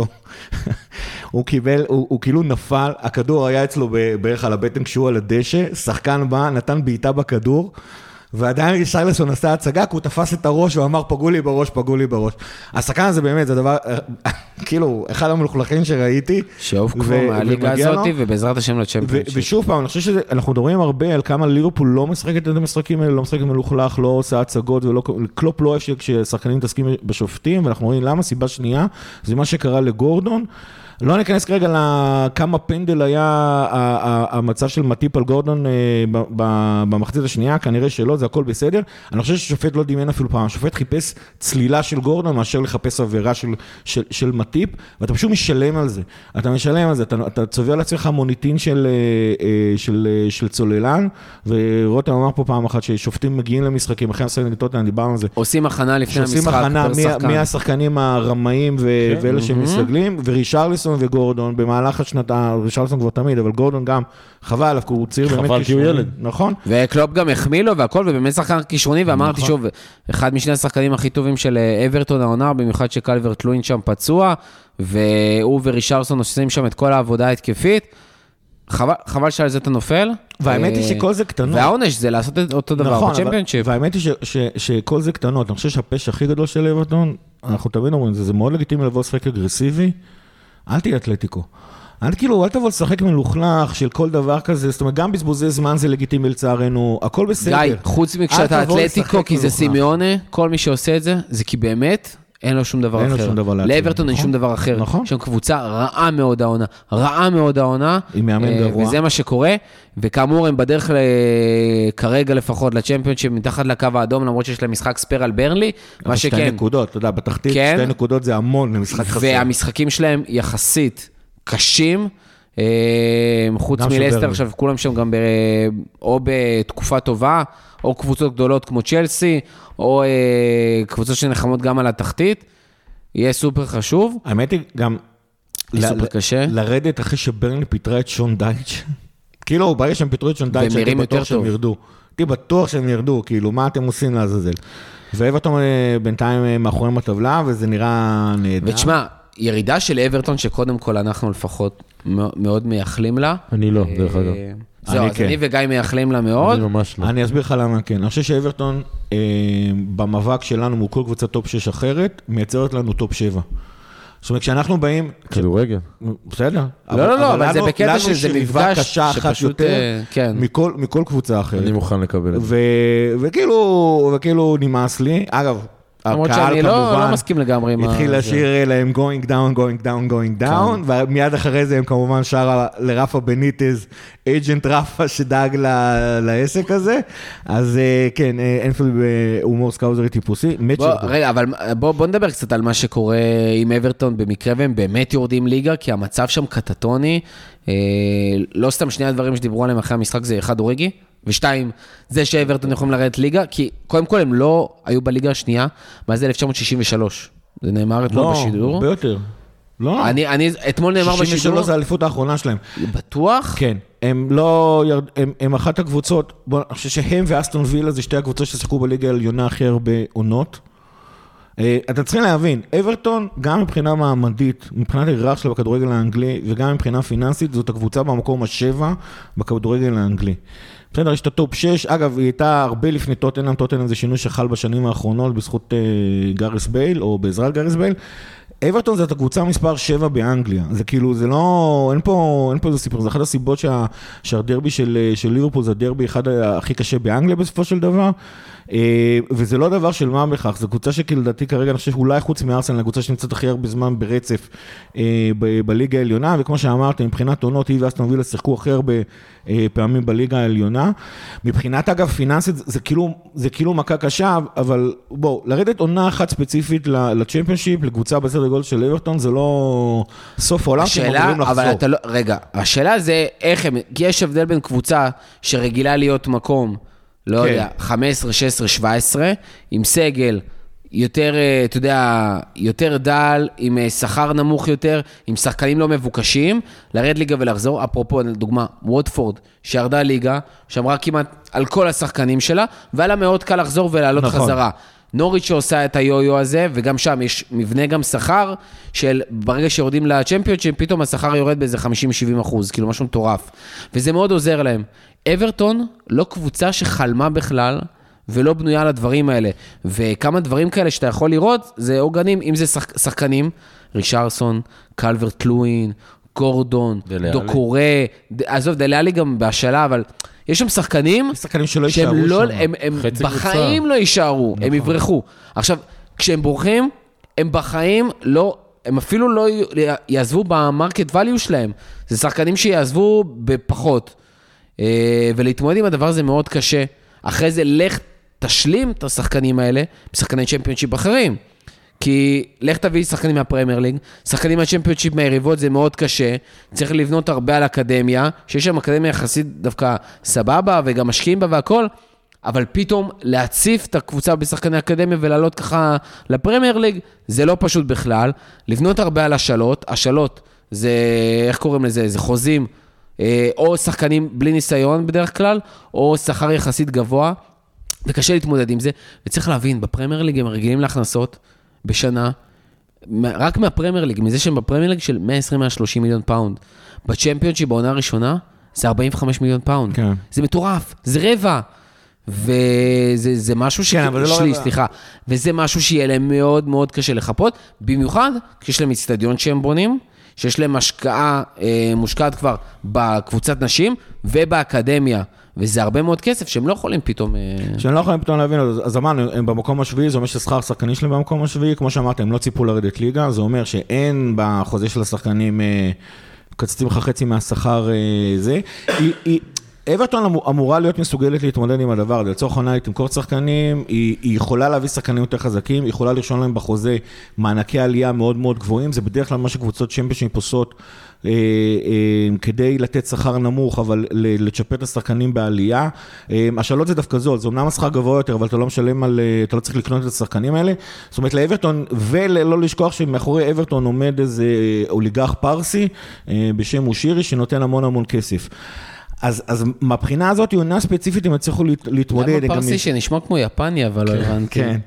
הוא כאילו נפל, הכדור היה אצלו בערך על הבטן כשהוא על הדשא, שחקן בא, נתן בעיטה בכדור, ועדיין רישרלסון עשה הצגה, כי הוא תפס את הראש, ואמר, פגעו לי בראש. השחקן הזה באמת, זה דבר, כאילו, אחד המלוכלכים שראיתי. שאוף כבר מהליגה הזאת, ובעזרת השם לצ'מפיונשיפ. ושוב פעם, אני חושב שאנחנו מדברים הרבה על כמה ליברפול לא משחקת את המשחקים האלה, לא משחקת מלוכלך, לא עושה הצגות, קלופ לא אוהב כששחקנים מתעסקים בשופטים, ואנחנו רואים למה, סיבה שנייה, זה מה שקרה לגורדון. לא ניכנס כרגע לכמה פנדל היה המצב של מטיפ על גורדון במחצית השנייה, כנראה שלא, זה הכל בסדר. אני חושב ששופט לא דמיין אפילו פעם, השופט חיפש צלילה של גורדון מאשר לחפש עבירה של מטיפ, ואתה פשוט משלם על זה. אתה צובע לעצמך מוניטין של צוללן, ורותם אמר פה פעם אחת ששופטים מגיעים למשחקים, אחרי המשחק נגד טוטנהאם, דיברנו על זה. עושים הכנה לפני המשחק, עושים הכנה, מי השחקנים הרמאים ואלה שמסתגלים, ורישרלסון רישרלסון וגורדון, במהלך רישרלסון כבר תמיד, אבל גורדון גם חבל, הוא צעיר באמת חבל כי הוא ילד. נכון. וקלופ גם החמיא לו והכל, ובאמת שחקן כישרוני, ואמרתי שוב, אחד משני השחקנים הכי טובים של אברטון העונה, במיוחד שקלברט לוין שם פצוע, והוא ורישרלסון עושים שם את כל העבודה ההתקפית, חבל שעל זה אתה נופל. והאמת היא שכל זה קטנות. והעונש זה לעשות את אותו דבר בצ'מפיונשיפ. והאמת היא שכל זה קטנות. אני חושב שהפשע הכי גדול של אברטון, אנחנו תמיד אומרים, זה מאוד לגיטימי לבוא לשחק אגרסיבי, אל תהיה אתלטיקו. אל תבוא לשחק מלוכלך של כל דבר כזה, זאת אומרת, גם בזבוזי זמן זה לגיטימי לצערנו, הכל בסדר. גיא, חוץ מכשאתה אתלטיקו, כי זה סימיונה, כל מי שעושה את זה, זה כי באמת אין לו שום דבר אחר. לאברטון אין שום דבר אחר. שם קבוצה רעה מאוד העונה. עם מאמן גרוע. וזה מה שקורה. וכאמור, הם בדרך כרגע לפחות לצ'מפיונשיפ מתחת לקו האדום, למרות שיש להם משחק ספר על ברנלי. מה שכן. 2 נקודות, אתה יודע, בתחתית 2 נקודות זה המון למשחק חסר. והמשחקים שלהם יחסית קשים. חוץ מלסטר, עכשיו כולם שם גם או בתקופה טובה, או קבוצות גדולות כמו צ'לסי, או קבוצות שנחמות גם על התחתית, יהיה סופר חשוב. האמת היא גם סופר קשה. לרדת אחרי שברנלי פיטרה את שון דייץ'. כאילו, ברגע שהם פיטרו את שון דייץ', הייתי בטוח שהם ירדו. הייתי בטוח שהם ירדו, כאילו, מה אתם עושים לעזאזל? ואברטון בינתיים מאחוריהם בטבלה, וזה נראה נהדר. ותשמע, ירידה של אברטון, שקודם כל אנחנו לפחות מאוד מייחלים לה. אני לא, דרך אגב. זהו, אז אני וגיא מייחלים לה מאוד. אני ממש לא. אני אסביר לך למה כן. אני חושב שאברטון, במאבק שלנו מול כל קבוצה טופ 6 אחרת, מייצרת לנו טופ 7. זאת אומרת, כשאנחנו באים... כדורגל. בסדר. לא, אבל זה בקטע שזה מפגש שפשוט... מכל קבוצה אחרת. אני מוכן לקבל את זה. וכאילו נמאס לי. אגב, למרות שאני לא מסכים לגמרי עם התחיל לשיר להם going down, going down, going down, ומיד אחרי זה הם כמובן שרה לרפה בניטז, אייג'נט רפה שדאג לעסק הזה, אז כן, אנפילד בהומור סקאוזרי טיפוסי. רגע, אבל בוא נדבר קצת על מה שקורה עם אברטון במקרה, והם באמת יורדים ליגה, כי המצב שם קטטוני, לא סתם שני הדברים שדיברו עליהם אחרי המשחק, זה אחד אורגי, ושתיים, זה שאברטון יכולים לרדת ליגה, כי קודם כל הם לא היו בליגה השנייה, מה זה 1963? זה נאמר אתמול בשידור? לא, הרבה יותר. לא. אתמול נאמר בשידור. 63 זה האליפות האחרונה שלהם. בטוח? כן. הם לא, הם אחת הקבוצות, אני חושב שהם ואסטון וילה זה שתי הקבוצות ששיחקו בליגה העליונה הכי הרבה עונות. אתה צריכים להבין, אברטון, גם מבחינה מעמדית, מבחינת הירח שלה בכדורגל האנגלי, וגם מבחינה פיננסית, זאת הקבוצה במקום השבע בכדורגל האנגלי. בסדר, יש את הטופ 6, אגב, היא הייתה הרבה לפני טוטנהאם, טוטנהאם זה שינוי שחל בשנים האחרונות, בזכות גארס בייל, או בעזרת גארס בייל. אברטון זאת הקבוצה מספר 7 באנגליה, זה כאילו, זה לא, אין פה איזה סיפור, זה אחת הסיבות שהדרבי של ליברפול זה הדרבי אחד הכי קשה באנגליה בסופו של דבר, וזה לא דבר של מה בכך, זו קבוצה שכלדעתי כרגע, אני חושב שאולי חוץ מארסנל, הקבוצה שנמצאת הכי הרבה זמן ברצף בליגה העליונה, וכמו שאמרתי, מבחינת עונות, היא ואסטון וילה שיחקו הכי הרבה פעמים בליגה העליונה, מבחינת אגב פיננסית, זה כאילו מכה קשה, אבל בואו, לרדת עונה אחת ספציפית לצ'מפיונשיפ, לקבוצה בסדר גודל של אברטון, זה לא סוף העולם שהם אמורים לחזור. אבל אתה לא, רגע, השאלה זה איך הם, כי יש הבדל בין קבוצה שרגילה להיות מקום, לא יודע, 15, 16, 17, עם סגל יותר, אתה יודע, יותר דל, עם שכר נמוך יותר, עם שחקנים לא מבוקשים, לרד ליגה ולחזור. אפרופו, לדוגמה, ווטפורד, שירדה ליגה, שאמרה כמעט על כל השחקנים שלה, ועלה מאוד קל לחזור ולעלות חזרה. נוריץ' שעושה את היו-יו הזה, וגם שם יש מבנה גם שכר, של ברגע שיורדים לצ'מפיונשיפ, פתאום השכר יורד באיזה 50-70%, כאילו משהו מטורף. וזה מאוד עוזר להם. אברטון לא קבוצה שחלמה בכלל, ולא בנויה על הדברים האלה. וכמה דברים כאלה שאתה יכול לראות, זה אורגנים, אם זה שחקנים, רישרלסון, קלברט לוין, גורדון, דוקורה, עזוב, דליאלי גם בהשאלה, אבל יש שם שחקנים שהם בחיים לא יישארו, הם יברחו. עכשיו, כשהם בורחים, הם בחיים לא, הם אפילו לא יעזבו במרקט ואליו שלהם. זה שחקנים שיעזבו בפחות. ולהתמודד עם הדבר הזה מאוד קשה. אחרי זה לך תשלים את השחקנים האלה, בשחקני צ'מפיונשיפ אחרים. כי לך תביא שחקנים מהפרמייר ליג, שחקנים מהצ'מפיונשיפ מהיריבות זה מאוד קשה, צריך לבנות הרבה על אקדמיה, שיש שם אקדמיה יחסית דווקא סבבה, וגם משקיעים בה והכל, אבל פתאום להציף את הקבוצה בשחקני אקדמיה, ולעלות ככה לפרמייר ליג, זה לא פשוט בכלל, לבנות הרבה על השאלות זה, איך קוראים לזה? זה חוזים, או שחקנים בלי ניסיון בדרך כלל, או שכר יחסית גבוה, וקשה להתמודד עם זה, וצריך להבין, בפרמייר ליג הם רגילים להכנסות בשנה, רק מהפרמייר ליג, מזה שהם בפרמייר ליג של 120-130 מיליון פאונד, בצ'מפיונשיפ בעונה הראשונה, זה 45 מיליון פאונד. כן. זה מטורף, זה רבע. וזה משהו וזה משהו שיהיה להם מאוד מאוד קשה לחפות, במיוחד כשיש להם אצטדיון שהם בונים, שיש להם השקעה מושקעת כבר בקבוצת נשים ובאקדמיה, וזה הרבה מאוד כסף שהם לא יכולים פתאום... להבין, אז אמרנו, הם במקום השביעי, זה אומר ששכר שחקנים שלהם במקום השביעי, כמו שאמרת, הם לא ציפו לרדת ליגה, זה אומר שאין בחוזה של השחקנים, קצצים לך חצי מהשכר זה. אברטון אמורה להיות מסוגלת להתמודד עם הדבר, לצורך עונה היא תמכור שחקנים, היא יכולה להביא שחקנים יותר חזקים, היא יכולה לרשום להם בחוזה מענקי עלייה מאוד מאוד גבוהים, זה בדרך כלל מה שקבוצות צ'מפיונשיפ עושות כדי לתת שכר נמוך, אבל לצ'פר את השחקנים בעלייה. השאלות זה דווקא זול, זה אמנם השכר גבוה יותר, אבל אתה לא משלם אתה לא צריך לקנות את השחקנים האלה. זאת אומרת, לאברטון, ולא לשכוח שמאחורי אברטון עומד איזה אוליגרך פרסי, בשם מושירי, שנותן המון המון כסף. אז מהבחינה הזאת, עונה ספציפית, הם הצליחו להתמודד. למה פרסי שנשמע כמו יפני, אבל לא הבנתי. כן.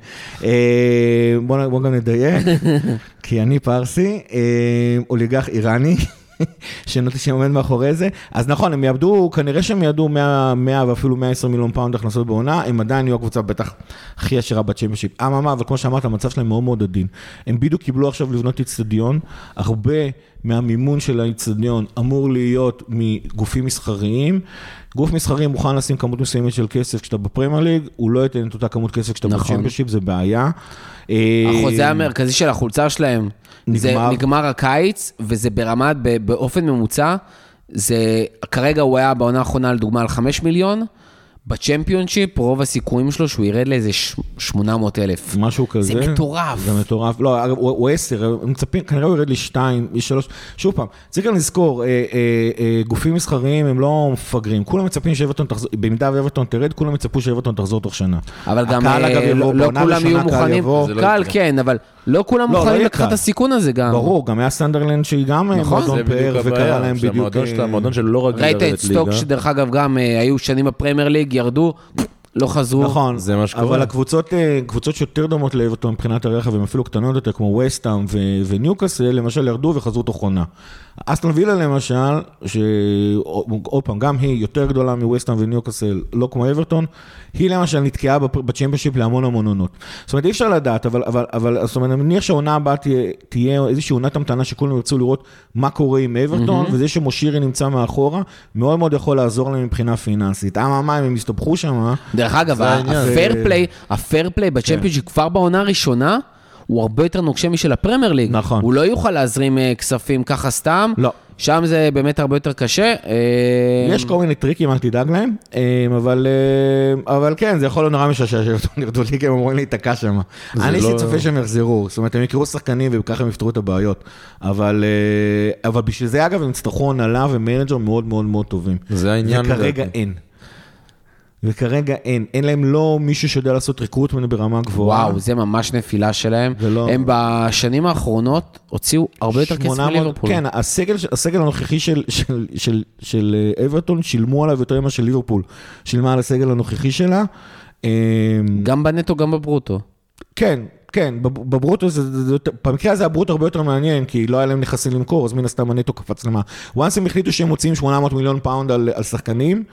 בוא גם נדייק, כי אני פרסי, אוליגרך איראני, שעומד מאחורי זה. אז נכון, הם יעבדו, כנראה שהם יעבדו 100 ואפילו 120 מיליון פאונד הכנסות בעונה, הם עדיין יהיו הקבוצה בטח הכי עשירה בצ'מפיונשיפ. אבל כמו שאמרת, המצב שלהם מאוד מאוד עדין. הם בדיוק קיבלו עכשיו לבנות אצטדיון, הרבה מהמימון של האצטדיון אמור להיות מגופים מסחריים. גוף מסחרי מוכן לשים כמות מסוימת של כסף כשאתה בפרמייר ליג, הוא לא ייתן את אותה כמות כסף כשאתה בצ'מפיונשיפ, זה בעיה. החוזה המרכזי של החולצה שלהם, זה נגמר הקיץ, וזה ברמה, באופן ממוצע, זה, כרגע הוא היה בעונה האחרונה לדוגמה על 5 מיליון, בצ'מפיונשיפ, רוב הסיכויים שלו שהוא ירד לאיזה 800,000. משהו כזה. זה מטורף. זה מטורף. לא, הוא 10, מצפים, כנראה הוא ירד ל2, 3. שוב פעם, צריך גם לזכור, גופים מסחריים הם לא מפגרים. כולם מצפים שאברטון תחזור, במידה ואברטון תרד, כולם מצפו שאברטון תחזור תוך שנה. אבל גם לא כולם יהיו מוכנים. קל, כן, אבל לא כולם מוכנים לקחת את הסיכון הזה גם. ברור, גם היה סנדרלנד שהיא גם מועדון פאר וקרא להם בדיוק. המועדון שלא רגיל לרדת ליגה. ראית את סטוק שדרך אגב גם היו שנים בפרמייר ליג, ירדו, לא חזרו. נכון, אבל הקבוצות שיותר דומות לאברטון מבחינת הרכב, הם אפילו קטנות יותר, כמו ווסטהאם וניוקאסל, למשל ירדו וחזרו תוך עונה. אסטון וילה למשל, שעוד פעם, גם היא יותר גדולה מווסטהאם וניוקאסל, לא כמו אברטון, היא למשל נתקעה בצ'מפיונשיפ להמון המון עונות. זאת אומרת, אי אפשר לדעת, אבל זאת אומרת, אני מניח שהעונה הבאה תהיה איזושהי עונת המתנה שכולם ירצו לראות מה קורה עם אברטון, וזה שמושירי נמצא מאחורה, מאוד מאוד יכול לעזור להם מבחינה פיננסית. מה הם הסתבכו שם? דרך אגב, הפייר פליי בצ'מפיונשיפ כבר בעונה הראשונה, הוא הרבה יותר נוקשה משל הפרמייר ליג. נכון. הוא לא יוכל להזרים כספים ככה סתם. לא. שם זה באמת הרבה יותר קשה. יש כל מיני טריקים, אל תדאג להם, אבל כן, זה יכול להיות נורא משעשע שנרדו ליגה, הם אמורים להתעקע שם. אני צופה שהם יחזרו, זאת אומרת, הם יקראו שחקנים וככה הם יפתרו את הבעיות. אבל בשביל זה, אגב, הם יצטרכו הנהלה ומנג'ר מאוד מאוד מאוד טובים. זה העניין. וכרגע אין להם לא מישהו שיודע לעשות ריקרוטמנט ברמה גבוהה. וואו, זה ממש נפילה שלהם. הם בשנים האחרונות הוציאו הרבה יותר כסף מליברפול. כן, הסגל הנוכחי של אברטון שילמו עליו יותר ממה של ליברפול. שילמה על הסגל הנוכחי שלה. גם בנטו, גם בברוטו. כן, בברוטו, במקרה הזה הברוטו הרבה יותר מעניין, כי לא היה להם נכסים למכור, אז מן הסתם הנטו קפץ למה. וואנס הם החליטו שהם מוציאים 800 מיליון פאונד על שחקנים,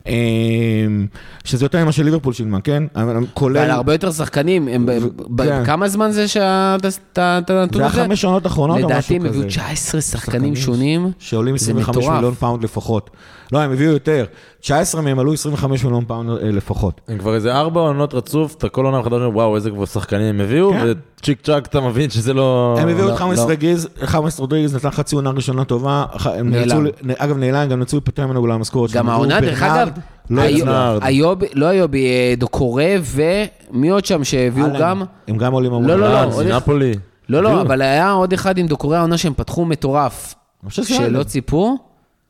שזה יותר ממה של ליברפול שילמה, כן? ועל הרבה יותר שחקנים, כמה זמן זה שאתה נתון זה? זה 5 עונות אחרונות או משהו כזה. לדעתי הם הביאו 19 שחקנים שונים, שעולים 25 מיליון פאונד לפחות. לא, הם הביאו יותר. 19 מהם עלו 25 מיליון פאונד לפחות. הם כבר איזה 4 עונות רצוף, אתה כל עונה מחדש, וואו, איזה כבר שחקנים הם הביאו, וצ'יק צ'אק אתה מבין שזה לא... הם הביאו את חמאס רודריגז, נתן חצי עונה ראשונה טובה, אגב נעלם, גם נצאו לפטר ממנו אולי המשכורת. גם העונה, דרך אגב, לא היובי דוקורה, ומי עוד שם שהביאו גם? הם גם עולים המון. נפולי. לא, אבל היה עוד אחד עם דוקורי העונה שהם פתחו מטורף, שלא ציפו.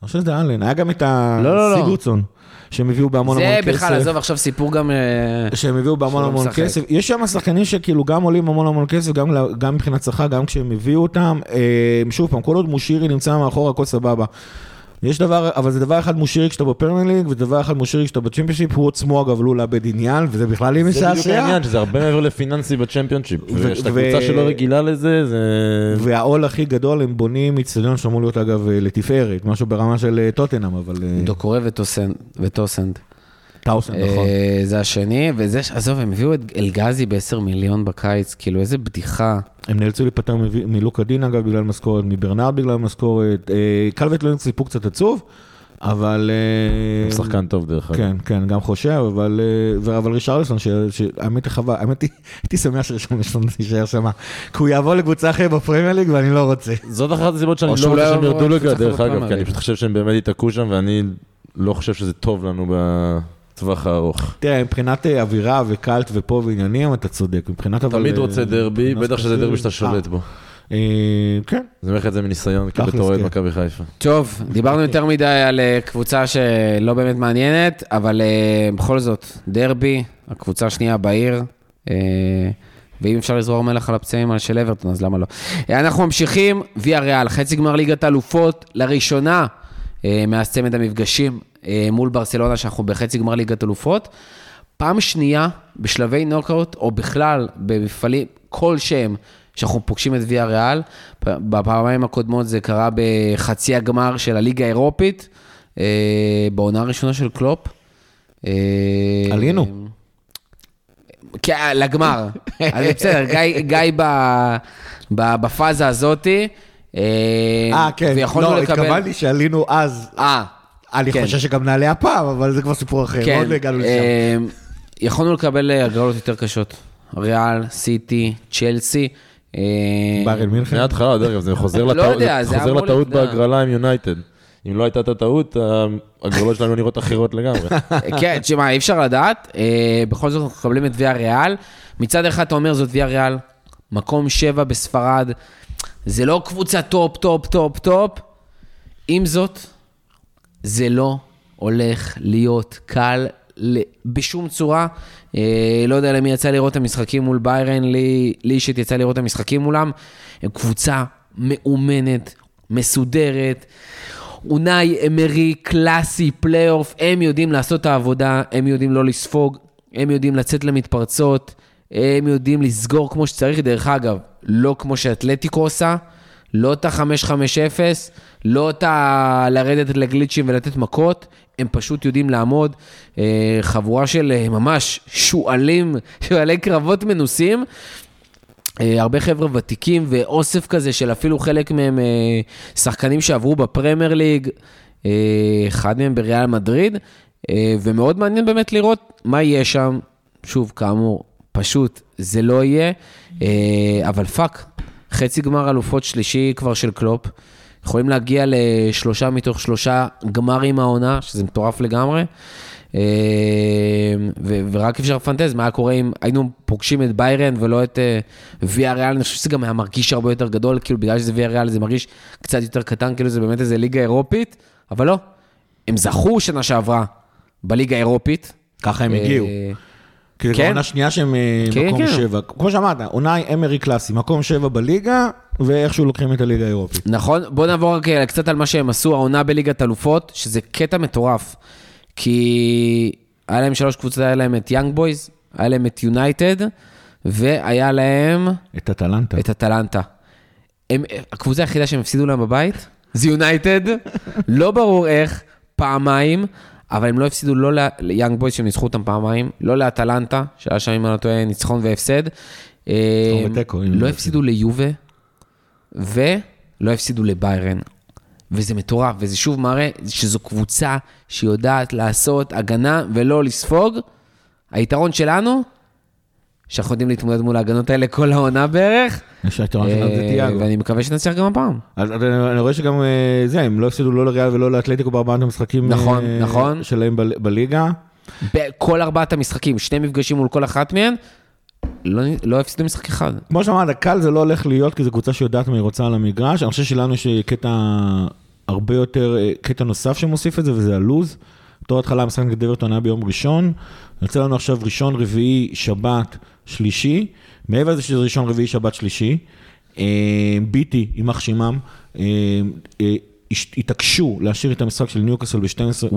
אני חושב שזה אלן, היה גם את לא. סיגורדסון, שהם הביאו בהמון המון כסף. זה בכלל, עזוב, עכשיו סיפור גם... שהם הביאו בהמון המון כסף. יש שם שחקנים שכאילו גם עולים המון כסף, גם מבחינת שכר, גם כשהם הביאו אותם. שוב פעם, כל עוד מושירי נמצא מאחור, הכל סבבה. יש דבר, אבל זה דבר אחד מושירי כשאתה בפרמייר ליג, ודבר אחד מושירי כשאתה בצ'מפיונשיפ, הוא עצמו אגב לא לאבד עניין, וזה בכלל היא משעשע. זה בדיוק העניין, שזה הרבה מעבר לפיננסי בצ'מפיונשיפ. ושאתה קבוצה שלא רגילה לזה, זה... והעול הכי גדול, הם בונים אצטדיון שאמור להיות אגב לתפארת, משהו ברמה של טוטנהאם, אבל... דוקורי וטוסנד. טאוסנד, נכון. זה השני, וזה, עזוב, הם הביאו את אלגזי ב10 מיליון בקיץ, כאילו איזה בדיחה. הם נאלצו להיפטר מלוקה דין אגב בגלל משכורת, מברנרד בגלל משכורת, קלווט לא סיפור קצת עצוב, אבל... הוא שחקן טוב דרך אגב. כן, כן, גם חושב, אבל רישרלסון, שהאמת חווה, האמת הייתי שמח שרישרלסון יישאר שמה, כי הוא יעבור לקבוצה אחרת בפרמייר ליג ואני לא רוצה. זאת אחת הסיבות שאני לא רוצה שהם ירדו ליגה דרך אגב, כי אני פשוט חושב שהם באמת יתעקו שם ואני לא חושב שזה טוב לנו בטווח הארוך. תראה, מבחינת אווירה וקלט ופה ועניינים, אתה צודק. תמיד רוצה דרבי, בטח שזה דרבי שאתה שולט בו. כן. זה אומר לך את זה מניסיון, בתור אוהד מכבי חיפה. טוב, דיברנו יותר מדי על קבוצה שלא באמת מעניינת, אבל בכל זאת, דרבי, הקבוצה השנייה בעיר, ואם אפשר לזרור מלך על הפצעים של אברטון, אז למה לא? אנחנו ממשיכים, ויה ריאל, חצי גמר ליגת אלופות, לראשונה, מאז צמד המפגשים מול ברסלונה, שאנחנו בחצי גמר ליגת אלופות, פעם שנייה בשלבי נוקאוט, או בכלל במפעלים כלשהם, שאנחנו פוגשים את ויה ריאל, בפעמיים הקודמות זה קרה בחצי הגמר של הליגה האירופית, בעונה הראשונה של קלופ. עלינו. לגמר. אז בסדר, גיא בפאזה הזאת, כן, לא, התכוונתי שעלינו אז. אני חושב שגם נעלה הפעם, אבל זה כבר סיפור אחר, מאוד הגענו לשם. יכולנו לקבל הגרלות יותר קשות. ריאל, סיטי, צ'לסי. ביירן מינכן. מההתחלה, דרך אגב, זה חוזר לטעות בהגרלה עם יונייטד. אם לא הייתה את הטעות, הגרלות שלנו נראות אחרות לגמרי. כן, תשמע, אי אפשר לדעת. בכל זאת אנחנו מקבלים את ויה ריאל. מצד אחד אתה אומר, זאת ויה ריאל, מקום 7 בספרד. זה לא קבוצה טופ, טופ, טופ, טופ. עם זאת, זה לא הולך להיות קל בשום צורה. לא יודע למי יצא לראות את המשחקים מול ביירן, לי אישית יצא לראות את המשחקים מולם. הם קבוצה מאומנת, מסודרת, אונאי אמרי, קלאסי, פלייאוף, הם יודעים לעשות את העבודה, הם יודעים לא לספוג, הם יודעים לצאת למתפרצות, הם יודעים לסגור כמו שצריך, דרך אגב, לא כמו שאתלטיקו עושה, לא את ה-5-5-0, לא את לרדת לגליצ'ים ולתת מכות, הם פשוט יודעים לעמוד, חבורה של ממש שואלי קרבות מנוסים, הרבה חבר'ה ותיקים ואוסף כזה של אפילו חלק מהם שחקנים שעברו בפרמייר ליג, אחד מהם בריאל מדריד, ומאוד מעניין באמת לראות מה יהיה שם, שוב כאמור, פשוט זה לא יהיה, אבל פאק, חצי גמר אלופות שלישי כבר של קלופ, יכולים להגיע ל3 מתוך 3 גמרים העונה, שזה מטורף לגמרי, ורק אפשר לפנטז, מה היה קורה אם היינו פוגשים את ביירן ולא את ויה ריאל, אני חושב שזה גם היה מרגיש הרבה יותר גדול, כאילו בגלל שזה ויה ריאל זה מרגיש קצת יותר קטן, כאילו זה באמת איזה ליגה אירופית, אבל לא, הם זכו שנה שעברה בליגה האירופית. ככה הם הגיעו. כי זו עונה שנייה שהם מקום 7. כמו שאמרת, אונאי אמרי קלאסי, מקום 7 בליגה, ואיכשהו לוקחים את הליגה האירופית. נכון, בוא נעבור רק קצת על מה שהם עשו, העונה בליגת אלופות, שזה קטע מטורף. כי היה להם 3 קבוצות, היה להם את יאנג בויז, היה להם את יונייטד, והיה להם... את אטלנטה. את אטלנטה. הקבוצה היחידה שהם הפסידו להם בבית, זה יונייטד, לא ברור איך, פעמיים, אבל הם לא הפסידו לא ליאנג בויז, שהם ניצחו אותם פעמיים, לא לאטלנטה, שהיה שם עם הנתוני ניצחון והפסד, לא הפסידו ליובה, ולא הפסידו לביירן. וזה מטורף, וזה שוב מראה שזו קבוצה שיודעת לעשות הגנה ולא לספוג. היתרון שלנו, שאנחנו יודעים להתמודד מול ההגנות האלה כל העונה בערך. יש היתרון שלנו זה תיאגו. ואני מקווה שנצליח גם הפעם. אני רואה שגם זה, הם לא הפסידו לא לריאל ולא לאתלטיקו בארבעת המשחקים שלהם בליגה. בכל 4 המשחקים, 2 מפגשים מול כל אחת מהן, לא הפסידו משחק אחד. כמו שאמרת, קל זה לא הולך להיות, כי זו קבוצה שיודעת מה היא רוצה על המגרש. אני חושב שלנו יש קטע הרבה יותר קטע נוסף שמוסיף את זה, וזה הלוז. בתור התחלה, המשחק נגד אברטון היה ביום ראשון, יוצא לנו עכשיו ראשון, רביעי, שבת, שלישי, מעבר לזה שזה ראשון, רביעי, שבת, שלישי, ביטי, יימח שמם, התעקשו להשאיר את המשחק של ניוקאסל ב-12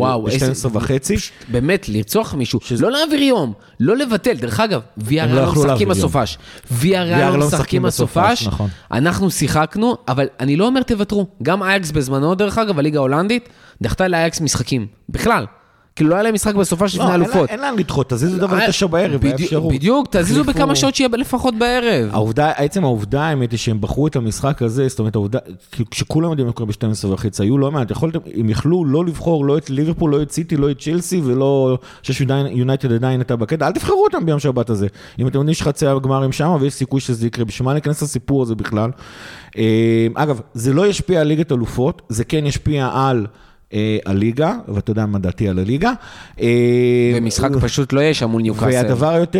וחצי. באמת, לרצוח מישהו, לא להעביר יום, לא לבטל. דרך אגב, ויאריאל לא משחקים בסופש. ויאריאל לא משחקים בסופש. אנחנו שיחקנו, אבל אני לא אומר תוותרו. גם אייקס בזמנו, דרך אגב, הליגה ההולנדית, דחתה לאייקס משחקים. בכלל. כאילו לא היה להם משחק בסופה של לפני אלופות. אין להם לדחות, תזיזו דבר 9 בערב, בדיוק, תזיזו בכמה שעות שיהיה לפחות בערב. עצם העובדה, האמת היא שהם בחרו את המשחק הזה, זאת אומרת, העובדה, כשכולם יודעים לקרוא ב-12 וחצי, היו לא מעט, הם יכלו לא לבחור, לא את ליברפול, לא את סיטי, לא את צ'לסי, ולא שיונייטד עדיין הייתה בקטע, אל תבחרו אותם ביום שבת הזה. אם אתם יודעים שחצי הגמרים שם, ויש סיכוי שזה יקרה, בשביל מה להיכנס לסיפור הזה בכלל. אגב, זה לא ישפיע על ליגת אלופות, זה כן ישפיע על הליגה, ואתה יודע מה דעתי על הליגה. ומשחק פשוט לא יש מול ניוקאסל. והדבר יותר,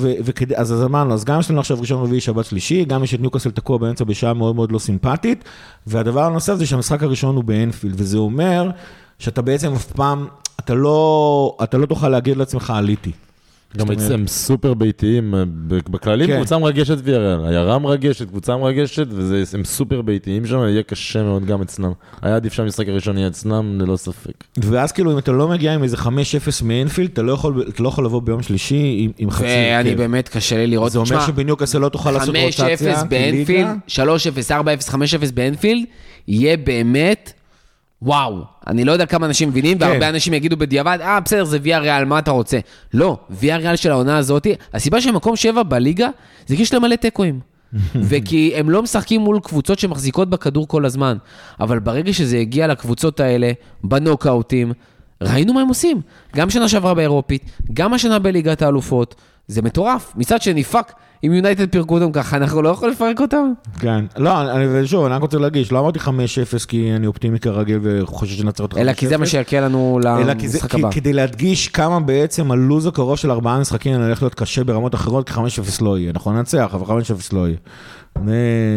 אז אמרנו, אז גם יש לנו עכשיו ראשון רביעי שבת שלישי, גם יש את ניוקאסל תקוע באמצע בשעה מאוד מאוד לא סימפטית, והדבר הנוסף זה שהמשחק הראשון הוא באנפילד, וזה אומר שאתה בעצם אף פעם, אתה לא תוכל להגיד לעצמך עליתי. גם הם סופר ביתיים, בכללים קבוצה מרגשת ויאריאל, הירה מרגשת, קבוצה מרגשת, והם סופר ביתיים שם, יהיה קשה מאוד גם אצלם. היה עדיף שהמשחק הראשון יהיה אצלם, ללא ספק. ואז כאילו, אם אתה לא מגיע עם איזה 5-0 מאנפילד, אתה לא יכול לבוא ביום שלישי עם חצי... ואני באמת קשה לי לראות... זה אומר שבניוקאסל לא תוכל לעשות רוטציה, 5-0 באנפילד, 3-0, 4-0, 5-0 באנפילד, יהיה באמת... וואו, אני לא יודע כמה אנשים מבינים, והרבה אנשים יגידו בדיעבד, בסדר, זה ויאריאל, מה אתה רוצה? לא, ויאריאל של העונה הזאת, הסיבה שהם מקום 7 בליגה, זה כי יש להם מלא טקואים. וכי הם לא משחקים מול קבוצות שמחזיקות בכדור כל הזמן. אבל ברגע שזה הגיע לקבוצות האלה, בנוקאוטים, ראינו מה הם עושים. גם שנה שעברה באירופית, גם השנה בליגת האלופות, זה מטורף. מצד שנפק, אם יונייטד פירקו אותם ככה, אנחנו לא יכולים לפרק אותם? כן. לא, ושוב, אני רק רוצה להגיש, לא אמרתי 5-0 כי אני אופטימי כרגיל וחושב שנצר אותך 5-0. אלא כי זה מה שיקל לנו למשחק הבא. כדי להדגיש כמה בעצם הלוז הקרוב של 4 משחקים, אני הולך להיות קשה ברמות אחרות, כי 5-0 לא יהיה. נכון, נצח, אבל 5-0 לא יהיה.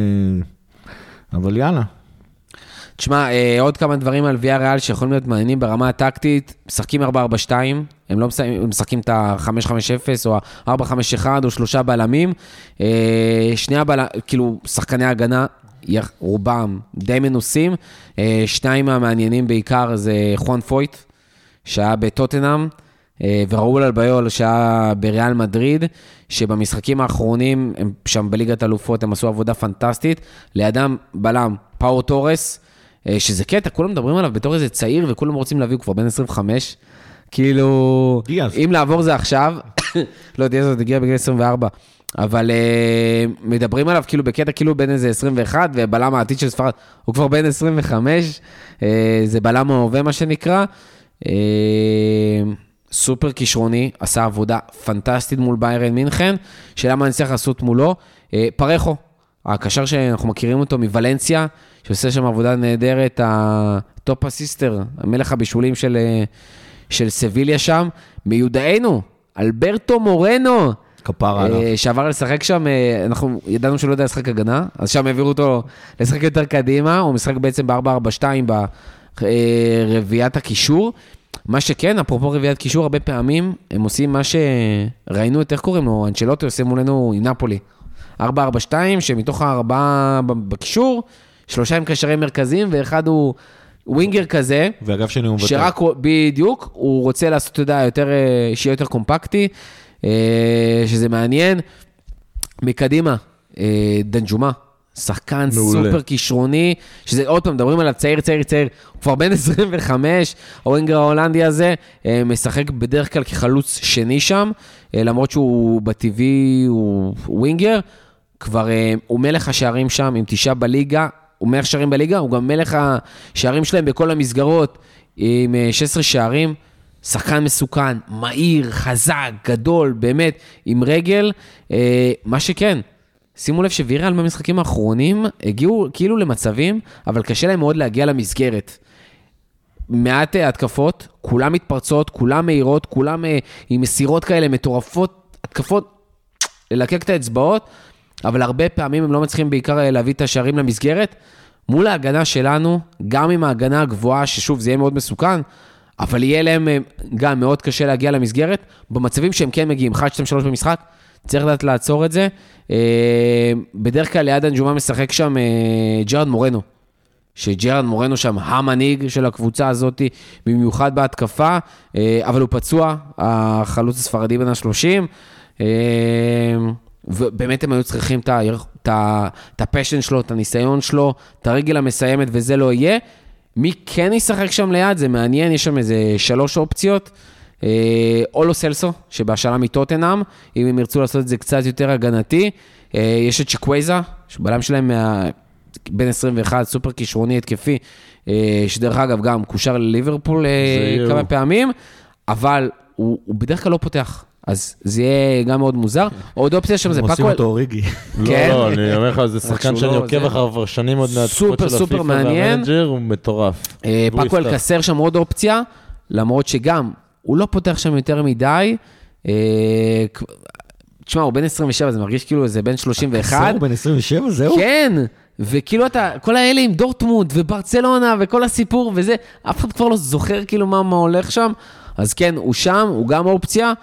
אבל יאללה. תשמע, עוד כמה דברים על ויאריאל שיכולים להיות מעניינים ברמה הטקטית, משחקים 4-4-2, הם לא משחקים את ה-5-5-0 או ה-4-5-1 או 3 בלמים, שני הבלמים, כאילו שחקני הגנה, רובם די מנוסים, 2 המעניינים בעיקר זה חואן פויט, שהיה בטוטנהאם, וראול אלביול שהיה בריאל מדריד, שבמשחקים האחרונים, הם שם בליגת אלופות, הם עשו עבודה פנטסטית, לידם בלם פאו טורס, שזה קטע, כולם מדברים עליו בתור איזה צעיר, וכולם רוצים להביא, הוא כבר בן 25, כאילו, אם לעבור זה עכשיו, לא יודע, זה הגיע בגיל 24, אבל מדברים עליו כאילו בקטע, כאילו בין איזה 21, ובלם העתיד של ספרד, הוא כבר בן 25, זה בלם ההווה מה שנקרא, סופר כישרוני, עשה עבודה פנטסטית מול ביירן מינכן, שלמה אני צריך לעשות מולו, פרחו, הקשר שאנחנו מכירים אותו מוולנסיה, שעושה שם עבודה נהדרת, הטופ אסיסטר, המלך הבישולים של סביליה שם, מיודענו, אלברטו מורנו, כפרה עליו. שעבר לשחק שם, אנחנו ידענו שלא יודע לשחק הגנה, אז שם העבירו אותו לשחק יותר קדימה, הוא משחק בעצם ב-4-4-2 ברביעת הקישור, מה שכן, אפרופו רביעת קישור, הרבה פעמים הם עושים מה שראינו את איך קוראים לו, אנצ'לוטי עושה מולנו עם נפולי, 4-4-2, שמתוך 4 בקישור, 3 עם קשרי מרכזיים, ואחד הוא ווינגר כזה, ואגב שני הוא שרק בדיוק, הוא רוצה לעשות, אתה יודע, שיהיה יותר קומפקטי, שזה מעניין. מקדימה, דנג'ומה, שחקן סופר כישרוני, שזה עוד פעם, מדברים עליו צעיר, הוא כבר בן 25, הווינגר ההולנדי הזה, משחק בדרך כלל כחלוץ שני שם, למרות שהוא בטבעי, הוא ווינגר, כבר הוא מלך השערים שם עם 9 בליגה, הוא מלך שערים בליגה, הוא גם מלך השערים שלהם בכל המסגרות, עם 16 שערים, שחקן מסוכן, מהיר, חזק, גדול, באמת, עם רגל, מה שכן, שימו לב שוויאריאל במשחקים האחרונים, הגיעו כאילו למצבים, אבל קשה להם מאוד להגיע למסגרת. מעט התקפות, כולם מתפרצות, כולם מהירות, כולם עם מסירות כאלה מטורפות, התקפות, ללקק את האצבעות, אבל הרבה פעמים הם לא מצליחים בעיקר להביא את השערים למסגרת, מול ההגנה שלנו, גם עם ההגנה הגבוהה, ששוב, זה יהיה מאוד מסוכן, אבל יהיה להם גם מאוד קשה להגיע למסגרת, במצבים שהם כן מגיעים, 1, 2, 3 במשחק, צריך לדעת לעצור את זה. בדרך כלל ליד אנג'ומה משחק שם ג'רד מורנו, שג'רד מורנו שם המנהיג של הקבוצה הזאת, במיוחד בהתקפה, אבל הוא פצוע, החלוץ הספרדי בין ה-30, ובאמת הם היו צריכים את הפשן שלו, את הניסיון שלו, את הרגל המסיימת, וזה לא יהיה. מי כן ישחק שם ליד? זה מעניין, יש שם איזה 3 אופציות, אולו סלסו, שבהשאלה מטוטנהאם, אם הם ירצו לעשות את זה קצת יותר הגנתי, יש את צ'קוויזה, שבעלם שלהם בין 21, סופר כישרוני התקפי, שדרך אגב גם קושר לליברפול כמה פעמים, אבל הוא בדרך כלל לא פותח, אז זה יהיה גם מאוד מוזר. עוד אופציה שם זה פאקו... עושים אותו אוריגי. לא, אני אומר לך, זה שחקן שאני עוקב אחר שנים עוד מהתקופות של הפיפה והמנג'ר, הוא מטורף. פאקו אלקסר שם עוד אופציה, למרות שגם הוא לא פותח שם יותר מדי, תשמע, הוא בן 27, זה מרגיש כאילו זה בן 31. הוא בן 27, זהו? כן, וכאילו אתה, כל האלה עם דורטמונד וברצלונה וכל הסיפור וזה, אף אחד כבר לא זוכר כאילו מה הולך שם, אז כן, הוא שם, הוא גם אופציה.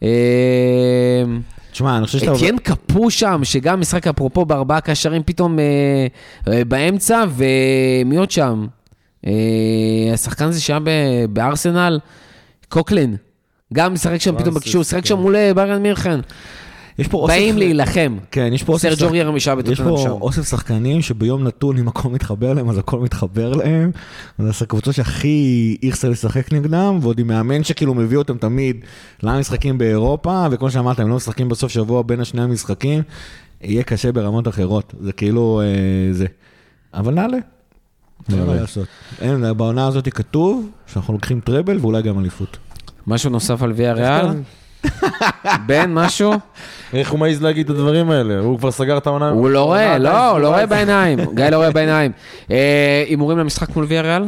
תשמע, אני חושב שאתה... אתיין קפו שם, שגם משחק אפרופו בארבעה קשרים פתאום באמצע, ומי עוד שם? השחקן הזה שהיה בארסנל, קוקלין, גם משחק שם פתאום בקישור, משחק שם מול ביירן מירכן. באים להילחם. כן, יש פה סרג'ו רמישה בטוטנהאם שם. יש פה אוסף שחקנים שביום נתון, אם הכל מתחבר להם, אז הכל מתחבר להם. זה הקבוצות שהכי איכסה לשחק נגדם, ועוד עם מאמן שכאילו מביא אותם תמיד למשחקים באירופה, וכמו שאמרת, הם לא משחקים בסוף שבוע בין השני המשחקים, יהיה קשה ברמות אחרות. זה כאילו זה. אבל נעלה. זה מה לעשות. בעונה הזאת כתוב שאנחנו לוקחים טראבל ואולי גם אליפות. משהו נוסף על ויה ריאל? בן, משהו? איך הוא מעיז להגיד את הדברים האלה? הוא כבר סגר את העונה? הוא לא רואה, לא, הוא לא רואה בעיניים. גיא לא רואה בעיניים. הימורים למשחק מול ויה ריאל?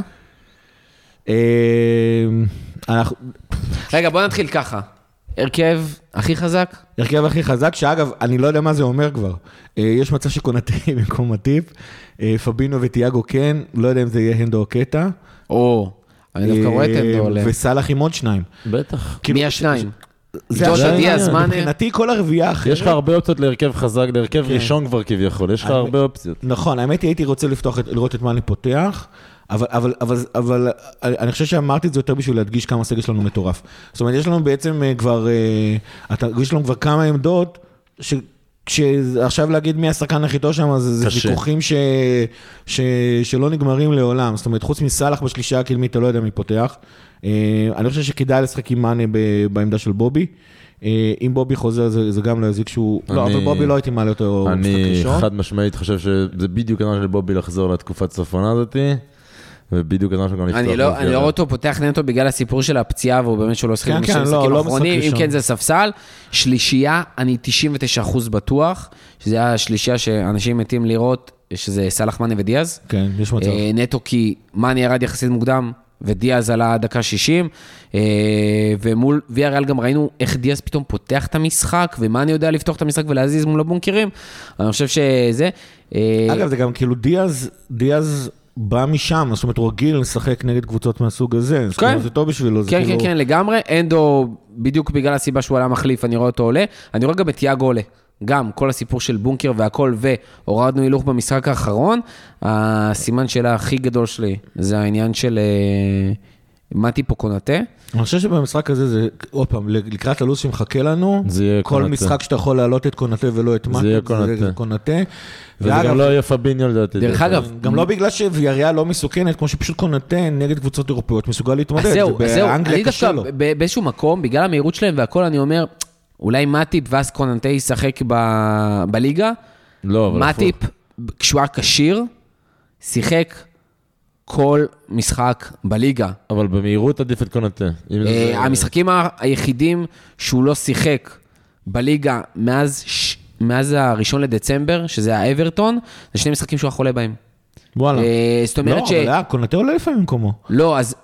רגע, בוא נתחיל ככה. הרכב הכי חזק? הרכב הכי חזק, שאגב, אני לא יודע מה זה אומר כבר. יש מצב שקונטי במקום מטיפ, פבינו וטיאגו כן, לא יודע אם זה יהיה הנדו או קטע. אני דווקא רואה את הנדו עולה. וסלח עם עוד 2. בטח. מי השניים? ג'ושה דיאז, מבחינתי כל הרביעה אחרת. יש לך הרבה אופציות להרכב חזק, להרכב ראשון כבר כביכול, יש לך הרבה אופציות. נכון, האמת היא, הייתי רוצה לראות את מה אני פותח, אבל אני חושב שאמרתי את זה יותר בשביל להדגיש כמה סגל שלנו מטורף. זאת אומרת, יש לנו בעצם כבר, יש לנו כבר כמה עמדות, שעכשיו להגיד מי השחקן הכי טוב שם, זה ויכוחים שלא נגמרים לעולם. זאת אומרת, חוץ מסלח בשלישה הקדמית, אתה לא יודע מי פותח. אני חושב שכדאי לשחק עם מאנה בעמדה של בובי. אם בובי חוזר, זה גם לא יזיק שהוא... לא, אבל בובי לא הייתי מעלה אותו משחק ראשון. אני חד משמעית חושב שזה בדיוק הזמן של בובי לחזור לתקופת צפונה הזאתי, ובדיוק הזמן שגם לפתוח. אני לא רואה אותו פותח נטו בגלל הסיפור של הפציעה, והוא באמת שהוא לא שחק במשחקים האחרונים, אם כן זה ספסל. שלישייה, אני 99% בטוח, שזה השלישייה שאנשים מתים לראות, שזה סלח מאנה ודיאז. כן, יש מצב. נטו כי מאנה ירד יחסית מוקדם, ודיאז עלה דקה 60, ומול ויה ריאל גם ראינו איך דיאז פתאום פותח את המשחק, ומה אני יודע לפתוח את המשחק ולהזיז מול הבונקרים, אני חושב שזה... אגב, זה גם כאילו דיאז בא משם, זאת אומרת, הוא רגיל לשחק נגד קבוצות מהסוג הזה, זה טוב בשבילו. כן, כן, כן, לגמרי, אנדו, בדיוק בגלל הסיבה שהוא עלה מחליף, אני רואה אותו עולה, אני רואה גם את יאגו עולה. גם כל הסיפור של בונקר והכל, והורדנו הילוך במשחק האחרון, הסימן שלה הכי גדול שלי, זה העניין של מטיפ או קונטה. אני חושב שבמשחק הזה, זה, עוד פעם, לקראת הלו"ז שמחכה לנו, כל משחק שאתה יכול להעלות את קונטה ולא את מטיפ, זה קונטה. וזה גם לא יהיה פביניו לדעתי. דרך אגב, גם לא בגלל שוויאריאל לא מסוכנת, כמו שפשוט קונטה נגד קבוצות אירופאיות, מסוגל להתמודד. זהו, אני דווקא באיזשהו מקום, בגלל המהירות שלהם והכל, אני אומר, אולי מטיפ ואז קונטה ישחק בליגה. לא, אבל מטיפ, כשהוא היה קשיר, שיחק כל משחק בליגה. אבל במהירות עדיף את קונטה. המשחקים היחידים שהוא לא שיחק בליגה מאז הראשון לדצמבר, שזה האברטון, זה שני משחקים שהוא חולה בהם. וואלה. זאת אומרת ש... לא, אבל קונטה עולה לפעמים במקומו. לא, אז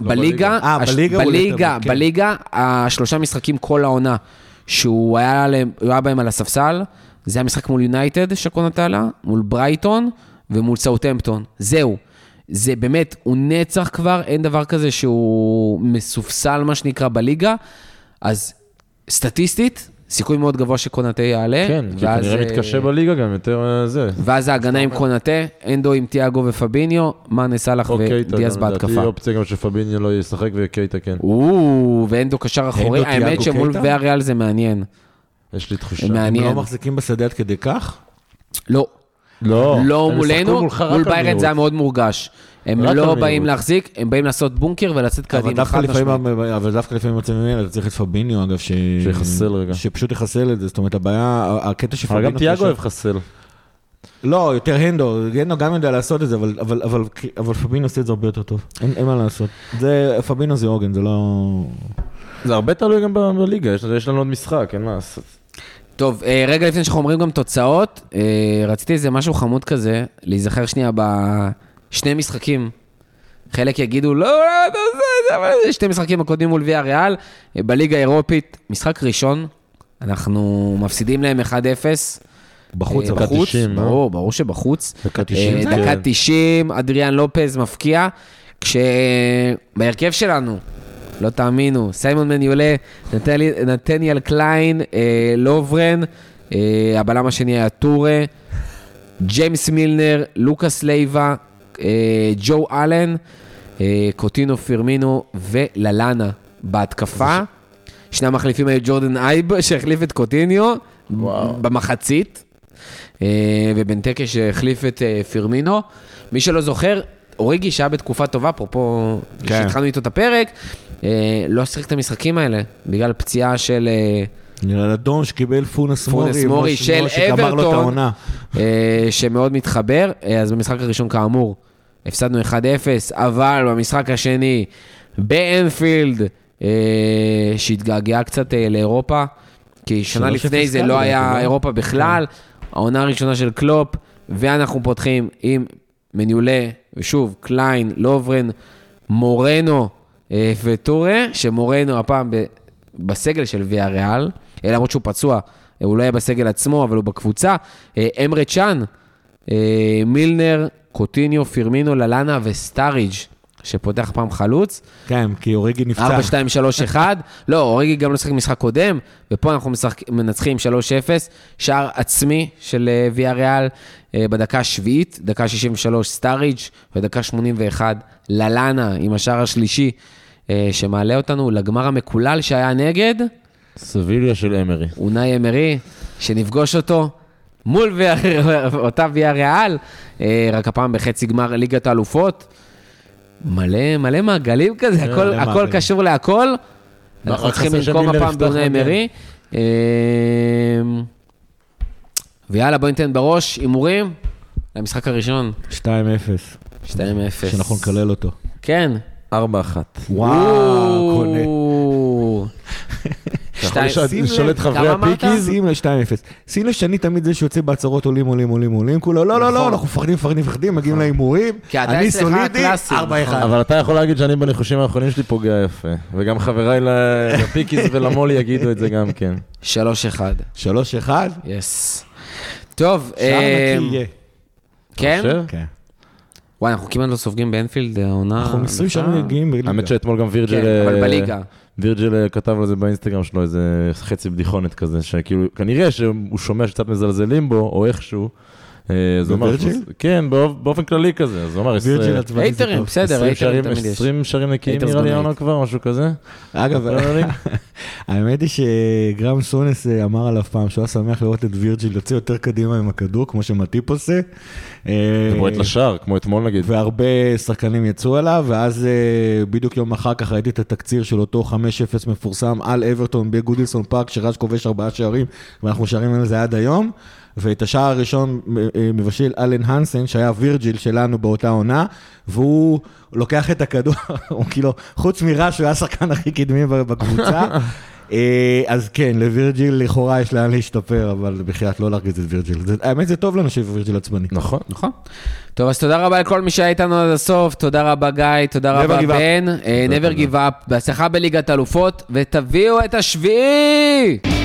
בליגה, השלושה משחקים כל העונה, שהוא היה בהם על הספסל, זה המשחק מול יונייטד שקונטה עלה, מול ברייטון, ומול סאות'המפטון. זהו. זה באמת, הוא נצח כבר, אין דבר כזה שהוא מסופסל, מה שנקרא, בליגה. אז סטטיסטית, סיכוי מאוד גבוה שקונאטה יעלה. כן, כי כנראה מתקשה בליגה גם יותר זה. ואז ההגנה עם קונאטה, אנדו עם תיאגו ופביניו, מאנה סלאח ודיאז בהתקפה. לדעתי אופציה גם שפביניו לא ישחק וקייטה כן. ואנדו קשר אחורי, האמת שמול ויאריאל זה מעניין. יש לי תחושה. הם לא מחזיקים בשדה עד כדי כך? לא. לא מולנו, מול ביירן זה היה מאוד מורגש. הם לא באים להחזיק, הם באים לעשות בונקר ולצאת קדימה. אבל דווקא לפעמים מצבים האלה, אתה צריך את פביניו, אגב, שיחסל רגע. שפשוט יחסל את זה. זאת אומרת, הבעיה, הקטע שפביניו... אבל גם תיאגו אוהב חסל. לא, יותר הנדו גם יודע לעשות את זה, אבל פביניו עושה את זה הרבה יותר טוב. אין מה לעשות. פביניו זה עוגן, זה לא... זה הרבה תלוי גם בליגה, יש לנו עוד משחק, אין מה לעשות. טוב, רגע לפני שאנחנו אומרים גם תוצאות, רציתי איזה משהו חמוד כזה, להיזכר שנייה בשני משחקים. חלק יגידו, לא, זה שני משחקים הקודמים מול ויאריאל, בליגה האירופית, משחק ראשון, אנחנו מפסידים להם 1-0. בחוץ, ברור שבחוץ. דקה 90, אדריאן לופז מפקיע, כשבהרכב שלנו, לא תאמינו, סיימון מניולה, נתניאל קליין, לוברן, הבלם השני היה טורה, ג'יימס מילנר, לוקאס לייבה, ג'ו אלן, קוטינו פירמינו וללאנה בהתקפה. שני המחליפים היו ג'ורדן אייב שהחליף את קוטיניו במחצית, ובנטקה שהחליף את פירמינו. מי שלא זוכר, אוריגי שהיה בתקופה טובה, פה שהתחלנו איתו את הפרק, לא שחק את המשחקים האלה, בגלל פציעה של... נראה לדון שקיבל פונס מורי של אברטון, שמאוד מתחבר, אז במשחק הראשון כאמור, הפסדנו 1-0, אבל במשחק השני, באנפילד, שהתגעגעה קצת לאירופה, כי שנה לפני זה לא היה אירופה בכלל, העונה הראשונה של קלופ, ואנחנו פותחים עם מניולה, ושוב, קליין, לוברן, מורנו וטורה, שמורנו הפעם בסגל של ויאריאל, למרות שהוא פצוע, הוא לא היה בסגל עצמו, אבל הוא בקבוצה, אמרה צ'אן, מילנר, קוטיניו, פירמינו, ללאנה וסטאריג' שפותח פעם חלוץ. כן, כי אוריגי נפצע. 4, 2, 3, 1. לא, אוריגי גם לא שחק משחק קודם, ופה אנחנו מנצחים 3-0, שער עצמי של ויאריאל בדקה השביעית, דקה 63 סטאריג' ודקה 81 ללאנה עם השער השלישי, שמעלה אותנו לגמר המקולל שהיה נגד סביליה של אמרי. אונאי אמרי, שנפגוש אותו מול אותה ויאריאל, רק הפעם בחצי גמר ליגת האלופות. מלא מעגלים כזה, הכל קשור להכל. אנחנו צריכים לנקום הפעם באונאי אמרי. ויאללה, בוא ניתן בראש, אימורים למשחק הראשון. 2-0. 2-0. שאנחנו נקלל אותו. כן. 4-1. וואו, קונה. שולט חברי הפיקיז. שים ל-2-0. שים שאני תמיד זה שיוצא בהצהרות עולים, כולו, לא, אנחנו מפחדים, מגיעים לאימורים, אני סולידי, 4-1. אבל אתה יכול להגיד שאני בניחושים האחרונים שלי פוגע יפה, וגם חבריי לפיקיז ולמולי יגידו את זה גם כן. 3-1. 3-1? יס. טוב. שער נקי יהיה. כן? כן. וואי, אנחנו כמעט לא סופגים באנפילד, העונה... אנחנו מסוים שם מגיעים בליגה. האמת שאתמול גם וירג'ל... כן, אבל בליגה. וירג'ל כתב על זה באינסטגרם שלו, איזה חצי בדיחונת כזה, שכאילו, כנראה שהוא שומע שקצת מזלזלים בו, או איכשהו. וירג'ל? כן, באופן כללי כזה. אז הוא אמר, וירג'ל עצבני זה טוב. בסדר, 20 שערים נקיים נראה לי העונה כבר, משהו כזה. אגב, האמת היא שגרם סונס אמר עליו פעם, שהוא היה שמח לראות את וירג'ל יוצא יותר קדימה עם הכדור, כמו שמטיפ עושה. ובועט לשער, כמו אתמול נגיד. והרבה שחקנים יצאו עליו, ואז בדיוק יום אחר כך ראיתי את התקציר של אותו 5-0 מפורסם על אברטון בגודילסון פארק, שרז כובש 4 שערים, ואנחנו שרים על זה עד היום. ואת השער הראשון מבשל אלן הנסן, שהיה וירג'יל שלנו באותה עונה, והוא לוקח את הכדור, הוא כאילו, חוץ מרש, הוא היה השחקן הכי קדמי בקבוצה, אז כן, לווירג'יל לכאורה יש לאן להשתפר, אבל בחיית לא להרגיז את וירג'יל. האמת זה טוב לנו שווירג'יל עצבני. נכון. טוב, אז תודה רבה לכל מי שהיה איתנו עד הסוף, תודה רבה גיא, תודה רבה בן, never give up, בהצלחה בליגת אלופות, ותביאו את השביעי!